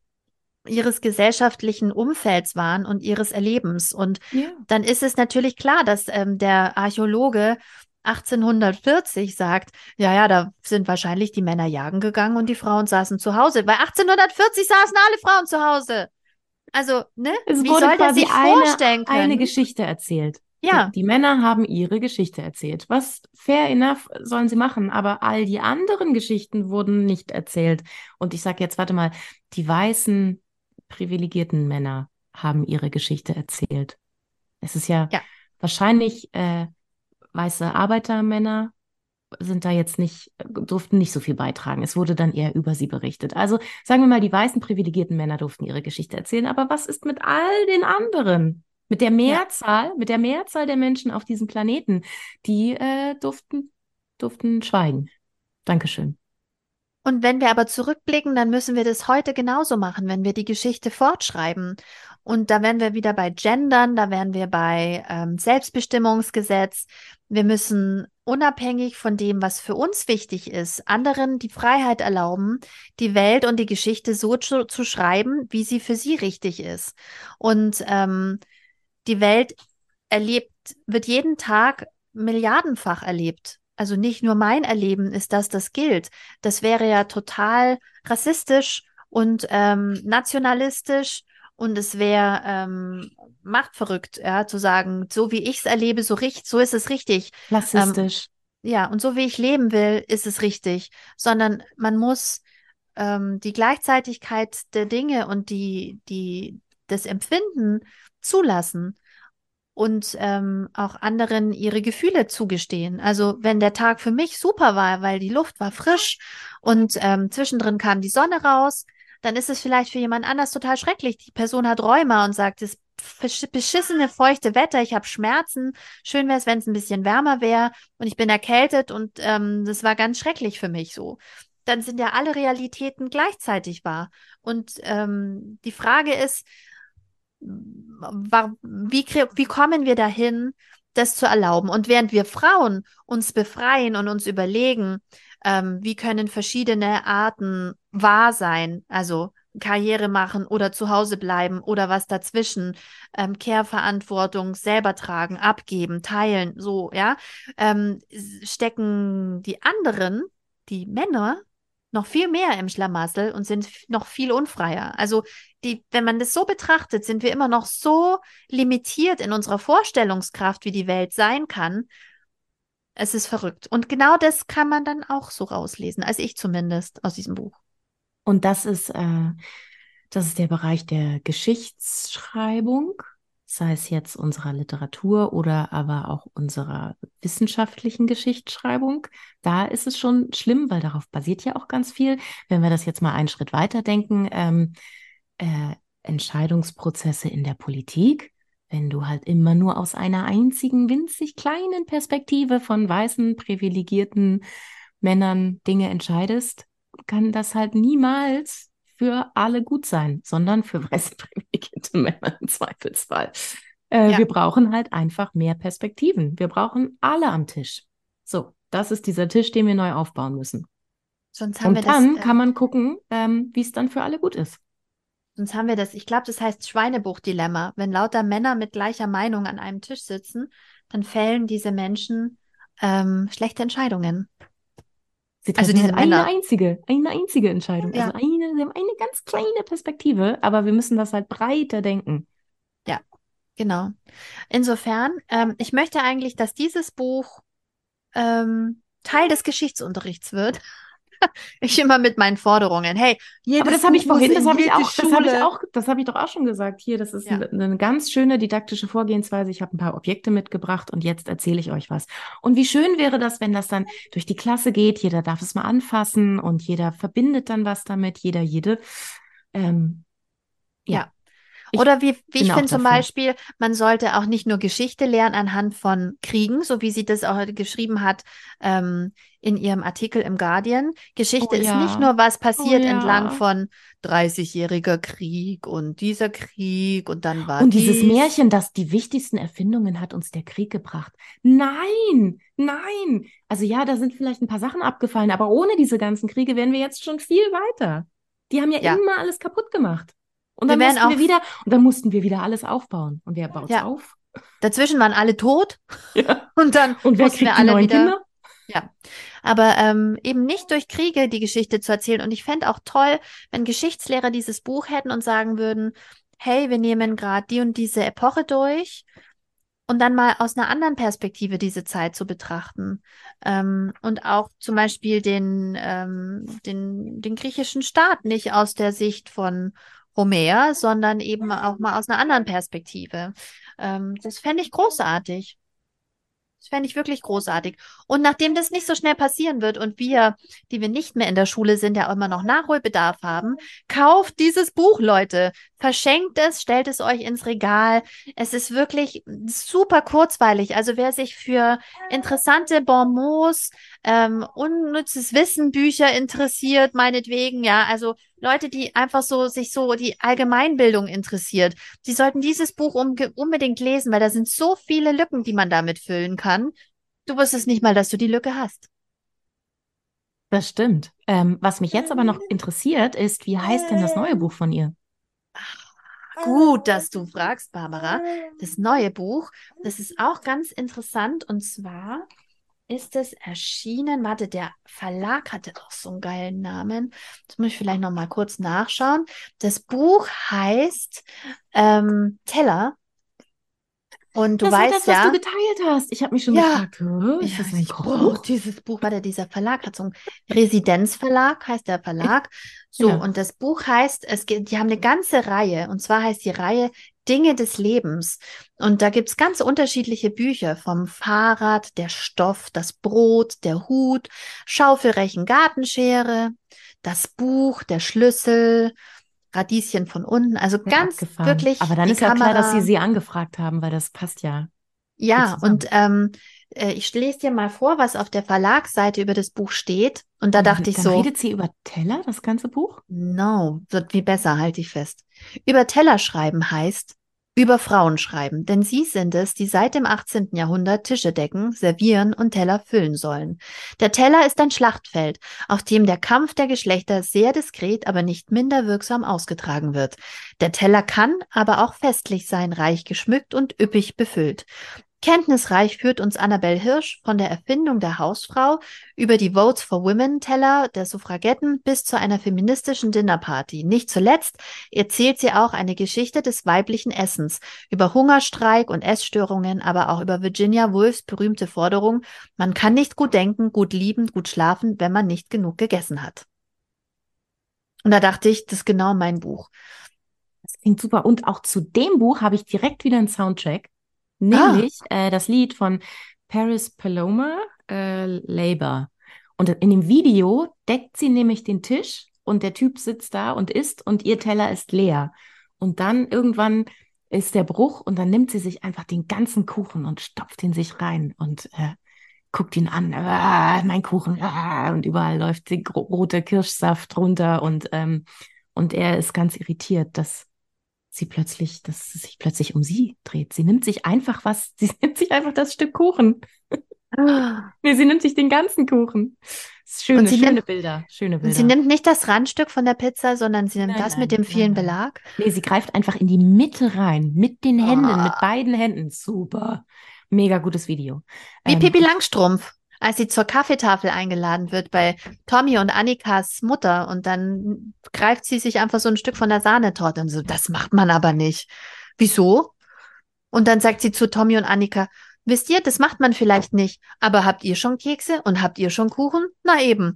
Speaker 1: ihres gesellschaftlichen Umfelds waren und ihres Erlebens. Und
Speaker 2: Ja.
Speaker 1: dann ist es natürlich klar, dass ähm, der Archäologe achtzehnhundertvierzig sagt, ja, ja, da sind wahrscheinlich die Männer jagen gegangen und die Frauen saßen zu Hause. Weil achtzehnhundertvierzig saßen alle Frauen zu Hause. Also, ne?
Speaker 2: Es
Speaker 1: Wie
Speaker 2: wurde
Speaker 1: soll der
Speaker 2: quasi
Speaker 1: sich
Speaker 2: eine,
Speaker 1: vorstellen
Speaker 2: eine
Speaker 1: können?
Speaker 2: Geschichte erzählt. Der,
Speaker 1: Ja,
Speaker 2: die Männer haben ihre Geschichte erzählt. Was fair enough sollen sie machen, aber all die anderen Geschichten wurden nicht erzählt. Und ich sage jetzt, warte mal, die weißen, privilegierten Männer haben ihre Geschichte erzählt. Es ist ja
Speaker 1: ja.
Speaker 2: wahrscheinlich äh, weiße Arbeitermänner sind da jetzt nicht, durften nicht so viel beitragen. Es wurde dann eher über sie berichtet. Also sagen wir mal, die weißen privilegierten Männer durften ihre Geschichte erzählen. Aber was ist mit all den anderen? Mit der
Speaker 1: Ja.
Speaker 2: Mehrzahl, mit der Mehrzahl der Menschen auf diesem Planeten, die äh, durften, durften schweigen. Dankeschön.
Speaker 1: Und wenn wir aber zurückblicken, dann müssen wir das heute genauso machen, wenn wir die Geschichte fortschreiben. Und da wären wir wieder bei Gendern, da wären wir bei ähm, Selbstbestimmungsgesetz. Wir müssen unabhängig von dem, was für uns wichtig ist, anderen die Freiheit erlauben, die Welt und die Geschichte so zu, zu schreiben, wie sie für sie richtig ist. Und ähm, die Welt erlebt, wird jeden Tag milliardenfach erlebt. Also nicht nur mein Erleben ist das, das gilt. Das wäre ja total rassistisch und ähm, nationalistisch und es wäre ähm, machtverrückt, ja, zu sagen, so wie ich es erlebe, so richtig, so ist es richtig. Ähm,
Speaker 2: Rassistisch.
Speaker 1: ja, und so wie ich leben will, ist es richtig. Sondern man muss ähm, die Gleichzeitigkeit der Dinge und die, die, das Empfinden zulassen und ähm, auch anderen ihre Gefühle zugestehen. Also wenn der Tag für mich super war, weil die Luft war frisch und ähm, zwischendrin kam die Sonne raus, dann ist es vielleicht für jemand anders total schrecklich. Die Person hat Rheuma und sagt, das besch- beschissene feuchte Wetter, ich habe Schmerzen. Schön wäre es, wenn es ein bisschen wärmer wäre und ich bin erkältet und ähm, das war ganz schrecklich für mich so. Dann sind ja alle Realitäten gleichzeitig wahr. Und ähm, die Frage ist, wa- wie, krie- wie kommen wir dahin, das zu erlauben? Und während wir Frauen uns befreien und uns überlegen, ähm, wie können verschiedene Arten wahr sein, also Karriere machen oder zu Hause bleiben oder was dazwischen, ähm, Care-Verantwortung selber tragen, abgeben, teilen, so, ja, ähm, s- stecken die anderen, die Männer, noch viel mehr im Schlamassel und sind f- noch viel unfreier. Also die, wenn man das so betrachtet, sind wir immer noch so limitiert in unserer Vorstellungskraft, wie die Welt sein kann. Es ist verrückt. Und genau das kann man dann auch so rauslesen, als ich zumindest aus diesem Buch.
Speaker 2: Und das ist, äh, das ist der Bereich der Geschichtsschreibung, sei es jetzt unserer Literatur oder aber auch unserer wissenschaftlichen Geschichtsschreibung. Da ist es schon schlimm, weil darauf basiert ja auch ganz viel. Wenn wir das jetzt mal einen Schritt weiter denken, ähm, äh, Entscheidungsprozesse in der Politik, wenn du halt immer nur aus einer einzigen winzig kleinen Perspektive von weißen, privilegierten Männern Dinge entscheidest, kann das halt niemals für alle gut sein, sondern für weiße privilegierte Männer im Zweifelsfall. Äh,
Speaker 1: Ja,
Speaker 2: wir brauchen halt einfach mehr Perspektiven. Wir brauchen alle am Tisch. So, das ist dieser Tisch, den wir neu aufbauen müssen.
Speaker 1: sonst haben wir
Speaker 2: Und
Speaker 1: das,
Speaker 2: dann kann
Speaker 1: ähm,
Speaker 2: man gucken, ähm, wie es dann für alle gut ist.
Speaker 1: sonst haben wir das, ich glaube, das heißt Schweinebuch-Dilemma. Wenn lauter Männer mit gleicher Meinung an einem Tisch sitzen, dann fällen diese Menschen ähm, schlechte Entscheidungen.
Speaker 2: Sie
Speaker 1: Also
Speaker 2: treffen
Speaker 1: diese
Speaker 2: halt eine
Speaker 1: Männer.
Speaker 2: einzige, eine einzige Entscheidung. Also
Speaker 1: Ja,
Speaker 2: eine, sie haben eine ganz kleine Perspektive, aber wir müssen das halt breiter denken.
Speaker 1: ja, genau. Insofern, ähm, ich möchte eigentlich, dass dieses Buch ähm, Teil des Geschichtsunterrichts wird. Ich immer mit meinen Forderungen. Hey,
Speaker 2: Aber
Speaker 1: jedes
Speaker 2: das habe
Speaker 1: Buch
Speaker 2: ich
Speaker 1: muss
Speaker 2: vorhin,
Speaker 1: in
Speaker 2: das habe ich
Speaker 1: jede
Speaker 2: auch, das habe ich
Speaker 1: Schule.
Speaker 2: auch, das habe ich doch auch schon gesagt. Hier, das ist
Speaker 1: Ja,
Speaker 2: eine, eine ganz schöne didaktische Vorgehensweise. Ich habe ein paar Objekte mitgebracht und jetzt erzähle ich euch was. Und wie schön wäre das, wenn das dann durch die Klasse geht, jeder darf es mal anfassen und jeder verbindet dann was damit, jeder, jede. Ähm, ja,
Speaker 1: ja.
Speaker 2: ich
Speaker 1: Oder wie, wie
Speaker 2: bin
Speaker 1: ich
Speaker 2: auch
Speaker 1: finde zum
Speaker 2: dafür.
Speaker 1: Beispiel, man sollte auch nicht nur Geschichte lernen anhand von Kriegen, so wie sie das auch geschrieben hat ähm, in ihrem Artikel im Guardian.
Speaker 2: Oh
Speaker 1: Geschichte ist nicht
Speaker 2: ja,
Speaker 1: nur, was
Speaker 2: oh
Speaker 1: passiert entlang
Speaker 2: ja.
Speaker 1: von dreißigjähriger Krieg und dieser Krieg und dann war
Speaker 2: Und dieses
Speaker 1: dies.
Speaker 2: Märchen, das die wichtigsten Erfindungen hat uns der Krieg gebracht. Nein, nein. Also ja, da sind vielleicht ein paar Sachen abgefallen, aber ohne diese ganzen Kriege wären wir jetzt schon viel weiter. Die haben ja
Speaker 1: Ja,
Speaker 2: immer alles kaputt gemacht. Und
Speaker 1: wir
Speaker 2: dann
Speaker 1: werden
Speaker 2: mussten
Speaker 1: auch,
Speaker 2: wir wieder, und dann mussten wir wieder alles aufbauen. Und wer baut's
Speaker 1: ja,
Speaker 2: auf?
Speaker 1: dazwischen waren alle tot
Speaker 2: Ja.
Speaker 1: und dann
Speaker 2: Und wer
Speaker 1: mussten wir
Speaker 2: kriegt die
Speaker 1: alle
Speaker 2: neuen
Speaker 1: wieder.
Speaker 2: Kinder?
Speaker 1: Ja, aber ähm, eben nicht durch Kriege die Geschichte zu erzählen. Und ich fände auch toll, wenn Geschichtslehrer dieses Buch hätten und sagen würden, hey, wir nehmen gerade die und diese Epoche durch und dann mal aus einer anderen Perspektive diese Zeit zu betrachten. Ähm, und auch zum Beispiel den, ähm, den, den griechischen Staat nicht aus der Sicht von Homer, sondern eben auch mal aus einer anderen Perspektive. Ähm, das fände ich großartig. Das fände ich wirklich großartig. Und nachdem das nicht so schnell passieren wird und wir, die wir nicht mehr in der Schule sind, ja immer noch Nachholbedarf haben, kauft dieses Buch, Leute. Verschenkt es, stellt es euch ins Regal. Es ist wirklich super kurzweilig. Also wer sich für interessante Bonmots, ähm, unnützes Wissen, Bücher interessiert, meinetwegen, ja, also Leute, die einfach so sich so die Allgemeinbildung interessiert. Sie sollten dieses Buch um, unbedingt lesen, weil da sind so viele Lücken, die man damit füllen kann. Du wusstest nicht mal, dass du die Lücke hast.
Speaker 2: Das stimmt. Ähm, was mich jetzt aber noch interessiert, ist, wie heißt denn das neue Buch von ihr?
Speaker 1: Gut, dass du fragst, Barbara. Das neue Buch, das ist auch ganz interessant. Und zwar ist es erschienen. Warte, der Verlag hatte auch so einen geilen Namen. Das muss ich vielleicht noch mal kurz nachschauen. Das Buch heißt ähm, Teller. Und du
Speaker 2: Das war
Speaker 1: weißt
Speaker 2: das, was du
Speaker 1: ja,
Speaker 2: geteilt hast. Ich habe mich schon
Speaker 1: ja,
Speaker 2: gefragt, "Hä, ist
Speaker 1: ja,
Speaker 2: das ein
Speaker 1: ich brauche
Speaker 2: Kochbuch?"
Speaker 1: dieses Buch. Warte, dieser Verlag hat so einen Residenzverlag, heißt der Verlag. So,
Speaker 2: Ja.
Speaker 1: und das Buch heißt, es geht, die haben eine ganze Reihe, und zwar heißt die Reihe Dinge des Lebens. Und da gibt's ganz unterschiedliche Bücher, vom Fahrrad, der Stoff, das Brot, der Hut, Schaufelrechen, Gartenschere, das Buch, der Schlüssel, Radieschen von unten. Also
Speaker 2: Ja,
Speaker 1: ganz
Speaker 2: abgefahren. Aber
Speaker 1: wirklich
Speaker 2: dann
Speaker 1: die
Speaker 2: ist ja klar, dass Sie
Speaker 1: Kamera.
Speaker 2: sie angefragt haben, weil das passt ja gut
Speaker 1: Ja, und
Speaker 2: zusammen.
Speaker 1: ähm, äh, ich lese dir mal vor, was auf der Verlagsseite über das Buch steht. Und da
Speaker 2: Und
Speaker 1: dachte
Speaker 2: w-
Speaker 1: ich
Speaker 2: dann
Speaker 1: so,
Speaker 2: redet sie über Teller, das ganze Buch?
Speaker 1: no, wird viel besser, halte ich fest. Über Teller schreiben heißt, über Frauen schreiben, denn sie sind es, die seit dem achtzehnten Jahrhundert Tische decken, servieren und Teller füllen sollen. Der Teller ist ein Schlachtfeld, auf dem der Kampf der Geschlechter sehr diskret, aber nicht minder wirksam ausgetragen wird. Der Teller kann aber auch festlich sein, reich geschmückt und üppig befüllt. Kenntnisreich führt uns Annabel Hirsch von der Erfindung der Hausfrau über die Votes for Women Teller der Suffragetten bis zu einer feministischen Dinnerparty. Nicht zuletzt erzählt sie auch eine Geschichte des weiblichen Essens, über Hungerstreik und Essstörungen, aber auch über Virginia Woolfs berühmte Forderung: Man kann nicht gut denken, gut lieben, gut schlafen, wenn man nicht genug gegessen hat. Und da dachte ich, das ist genau mein Buch.
Speaker 2: Das klingt super. Und auch zu dem Buch habe ich direkt wieder einen Soundtrack. Nämlich ah. äh, das Lied von Paris Paloma, äh, Labour. Und in dem Video deckt sie nämlich den Tisch und der Typ sitzt da und isst und ihr Teller ist leer. Und dann irgendwann ist der Bruch und dann nimmt sie sich einfach den ganzen Kuchen und stopft ihn sich rein und äh, guckt ihn an. Ah, mein Kuchen. Ah, und überall läuft die rote Kirschsaft runter und, ähm, und er ist ganz irritiert, dass sie plötzlich, dass es sich plötzlich um sie dreht. Sie nimmt sich einfach was, sie nimmt sich einfach das Stück Kuchen. Nee, sie nimmt sich den ganzen Kuchen. Schöne, schöne
Speaker 1: nimmt,
Speaker 2: Bilder, schöne Bilder.
Speaker 1: Und sie nimmt nicht das Randstück von der Pizza, sondern sie nimmt nein, das nein, mit dem vielen nein, Belag.
Speaker 2: Nee, sie greift einfach in die Mitte rein, mit den Händen, oh. mit beiden Händen. Super. Mega gutes Video.
Speaker 1: Wie
Speaker 2: ähm,
Speaker 1: Pippi Langstrumpf, als sie zur Kaffeetafel eingeladen wird bei Tommy und Annikas Mutter und dann greift sie sich einfach so ein Stück von der Sahnetorte und so, das macht man aber nicht. Wieso? Und dann sagt sie zu Tommy und Annika: Wisst ihr, das macht man vielleicht nicht, aber habt ihr schon Kekse und habt ihr schon Kuchen? Na eben.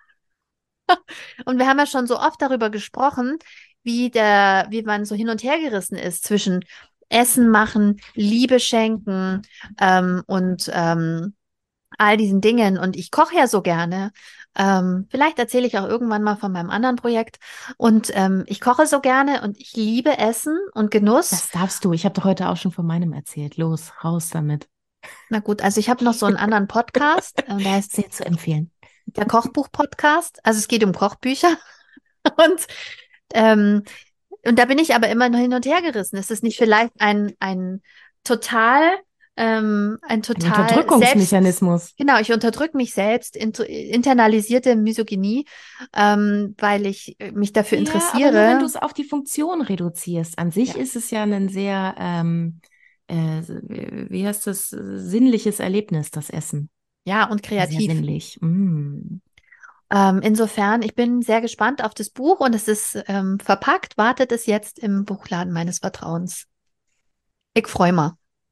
Speaker 1: Und wir haben ja schon so oft darüber gesprochen, wie der, wie man so hin und her gerissen ist zwischen Essen machen, Liebe schenken ähm, und ähm, all diesen Dingen. Und ich koche ja so gerne. Ähm, vielleicht erzähle ich auch irgendwann mal von meinem anderen Projekt. Und ähm, ich koche so gerne und ich liebe Essen und Genuss.
Speaker 2: Das darfst du. Ich habe doch heute auch schon von meinem erzählt. Los, raus damit.
Speaker 1: Na gut, also ich habe noch so einen anderen Podcast, äh, der heißt
Speaker 2: sehr zu empfehlen.
Speaker 1: Der Kochbuch-Podcast. Also es geht um Kochbücher. Und, ähm, und da bin ich aber immer noch hin und her gerissen. Ist es nicht vielleicht ein, ein total, ähm, ein total
Speaker 2: ein Unterdrückungsmechanismus?
Speaker 1: Selbst, genau, ich unterdrücke mich selbst, inter, internalisierte Misogynie, ähm, weil ich mich dafür
Speaker 2: ja,
Speaker 1: interessiere.
Speaker 2: Aber nur wenn du es auf die Funktion reduzierst. An sich ja. ist es ja ein sehr, ähm, äh, wie heißt das, sinnliches Erlebnis, das Essen.
Speaker 1: Ja, und kreativ.
Speaker 2: Sehr sinnlich. Mm.
Speaker 1: Ähm, insofern, ich bin sehr gespannt auf das Buch und es ist ähm, verpackt, wartet es jetzt im Buchladen meines Vertrauens. Ich freue mich.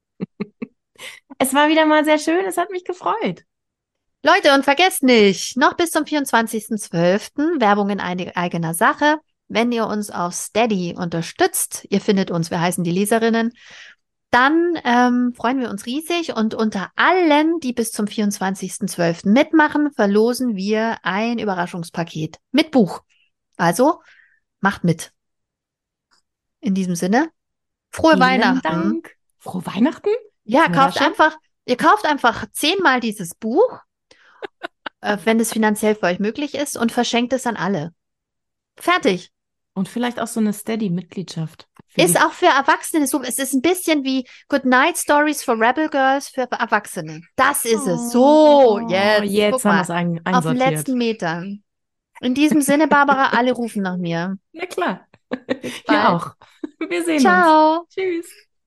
Speaker 2: Es war wieder mal sehr schön, es hat mich gefreut.
Speaker 1: Leute, und vergesst nicht, noch bis zum vierundzwanzigsten zwölften Werbung in eigener Sache. Wenn ihr uns auf Steady unterstützt, ihr findet uns, wir heißen die Leserinnen, dann ähm, freuen wir uns riesig und unter allen, die bis zum vierundzwanzigsten zwölften mitmachen, verlosen wir ein Überraschungspaket mit Buch. Also macht mit. In diesem Sinne, frohe
Speaker 2: Vielen
Speaker 1: Weihnachten.
Speaker 2: Dank. Frohe Weihnachten?
Speaker 1: Ja, kauft einfach, ihr kauft einfach zehnmal dieses Buch, äh, wenn es finanziell für euch möglich ist, und verschenkt es an alle. Fertig.
Speaker 2: Und vielleicht auch so eine Steady-Mitgliedschaft.
Speaker 1: Ist auch für Erwachsene so. Es ist ein bisschen wie Good Night Stories for Rebel Girls für Erwachsene. Das ist es. So, jetzt.
Speaker 2: Jetzt haben wir es ein, einsortiert.
Speaker 1: Auf den letzten Metern. In diesem Sinne, Barbara, alle rufen nach mir.
Speaker 2: Na klar. Wir auch. Wir sehen
Speaker 1: Ciao.
Speaker 2: uns. Tschüss.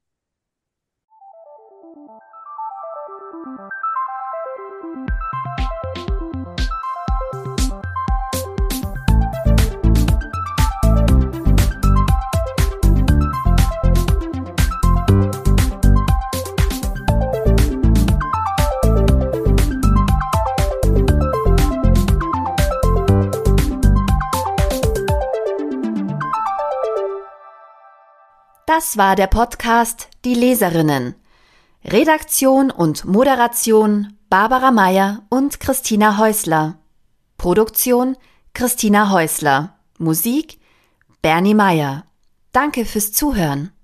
Speaker 1: Das war der Podcast Die Leserinnen. Redaktion und Moderation Barbara Meyer und Christina Häusler. Produktion Christina Häusler. Musik Bernie Meyer. Danke fürs Zuhören.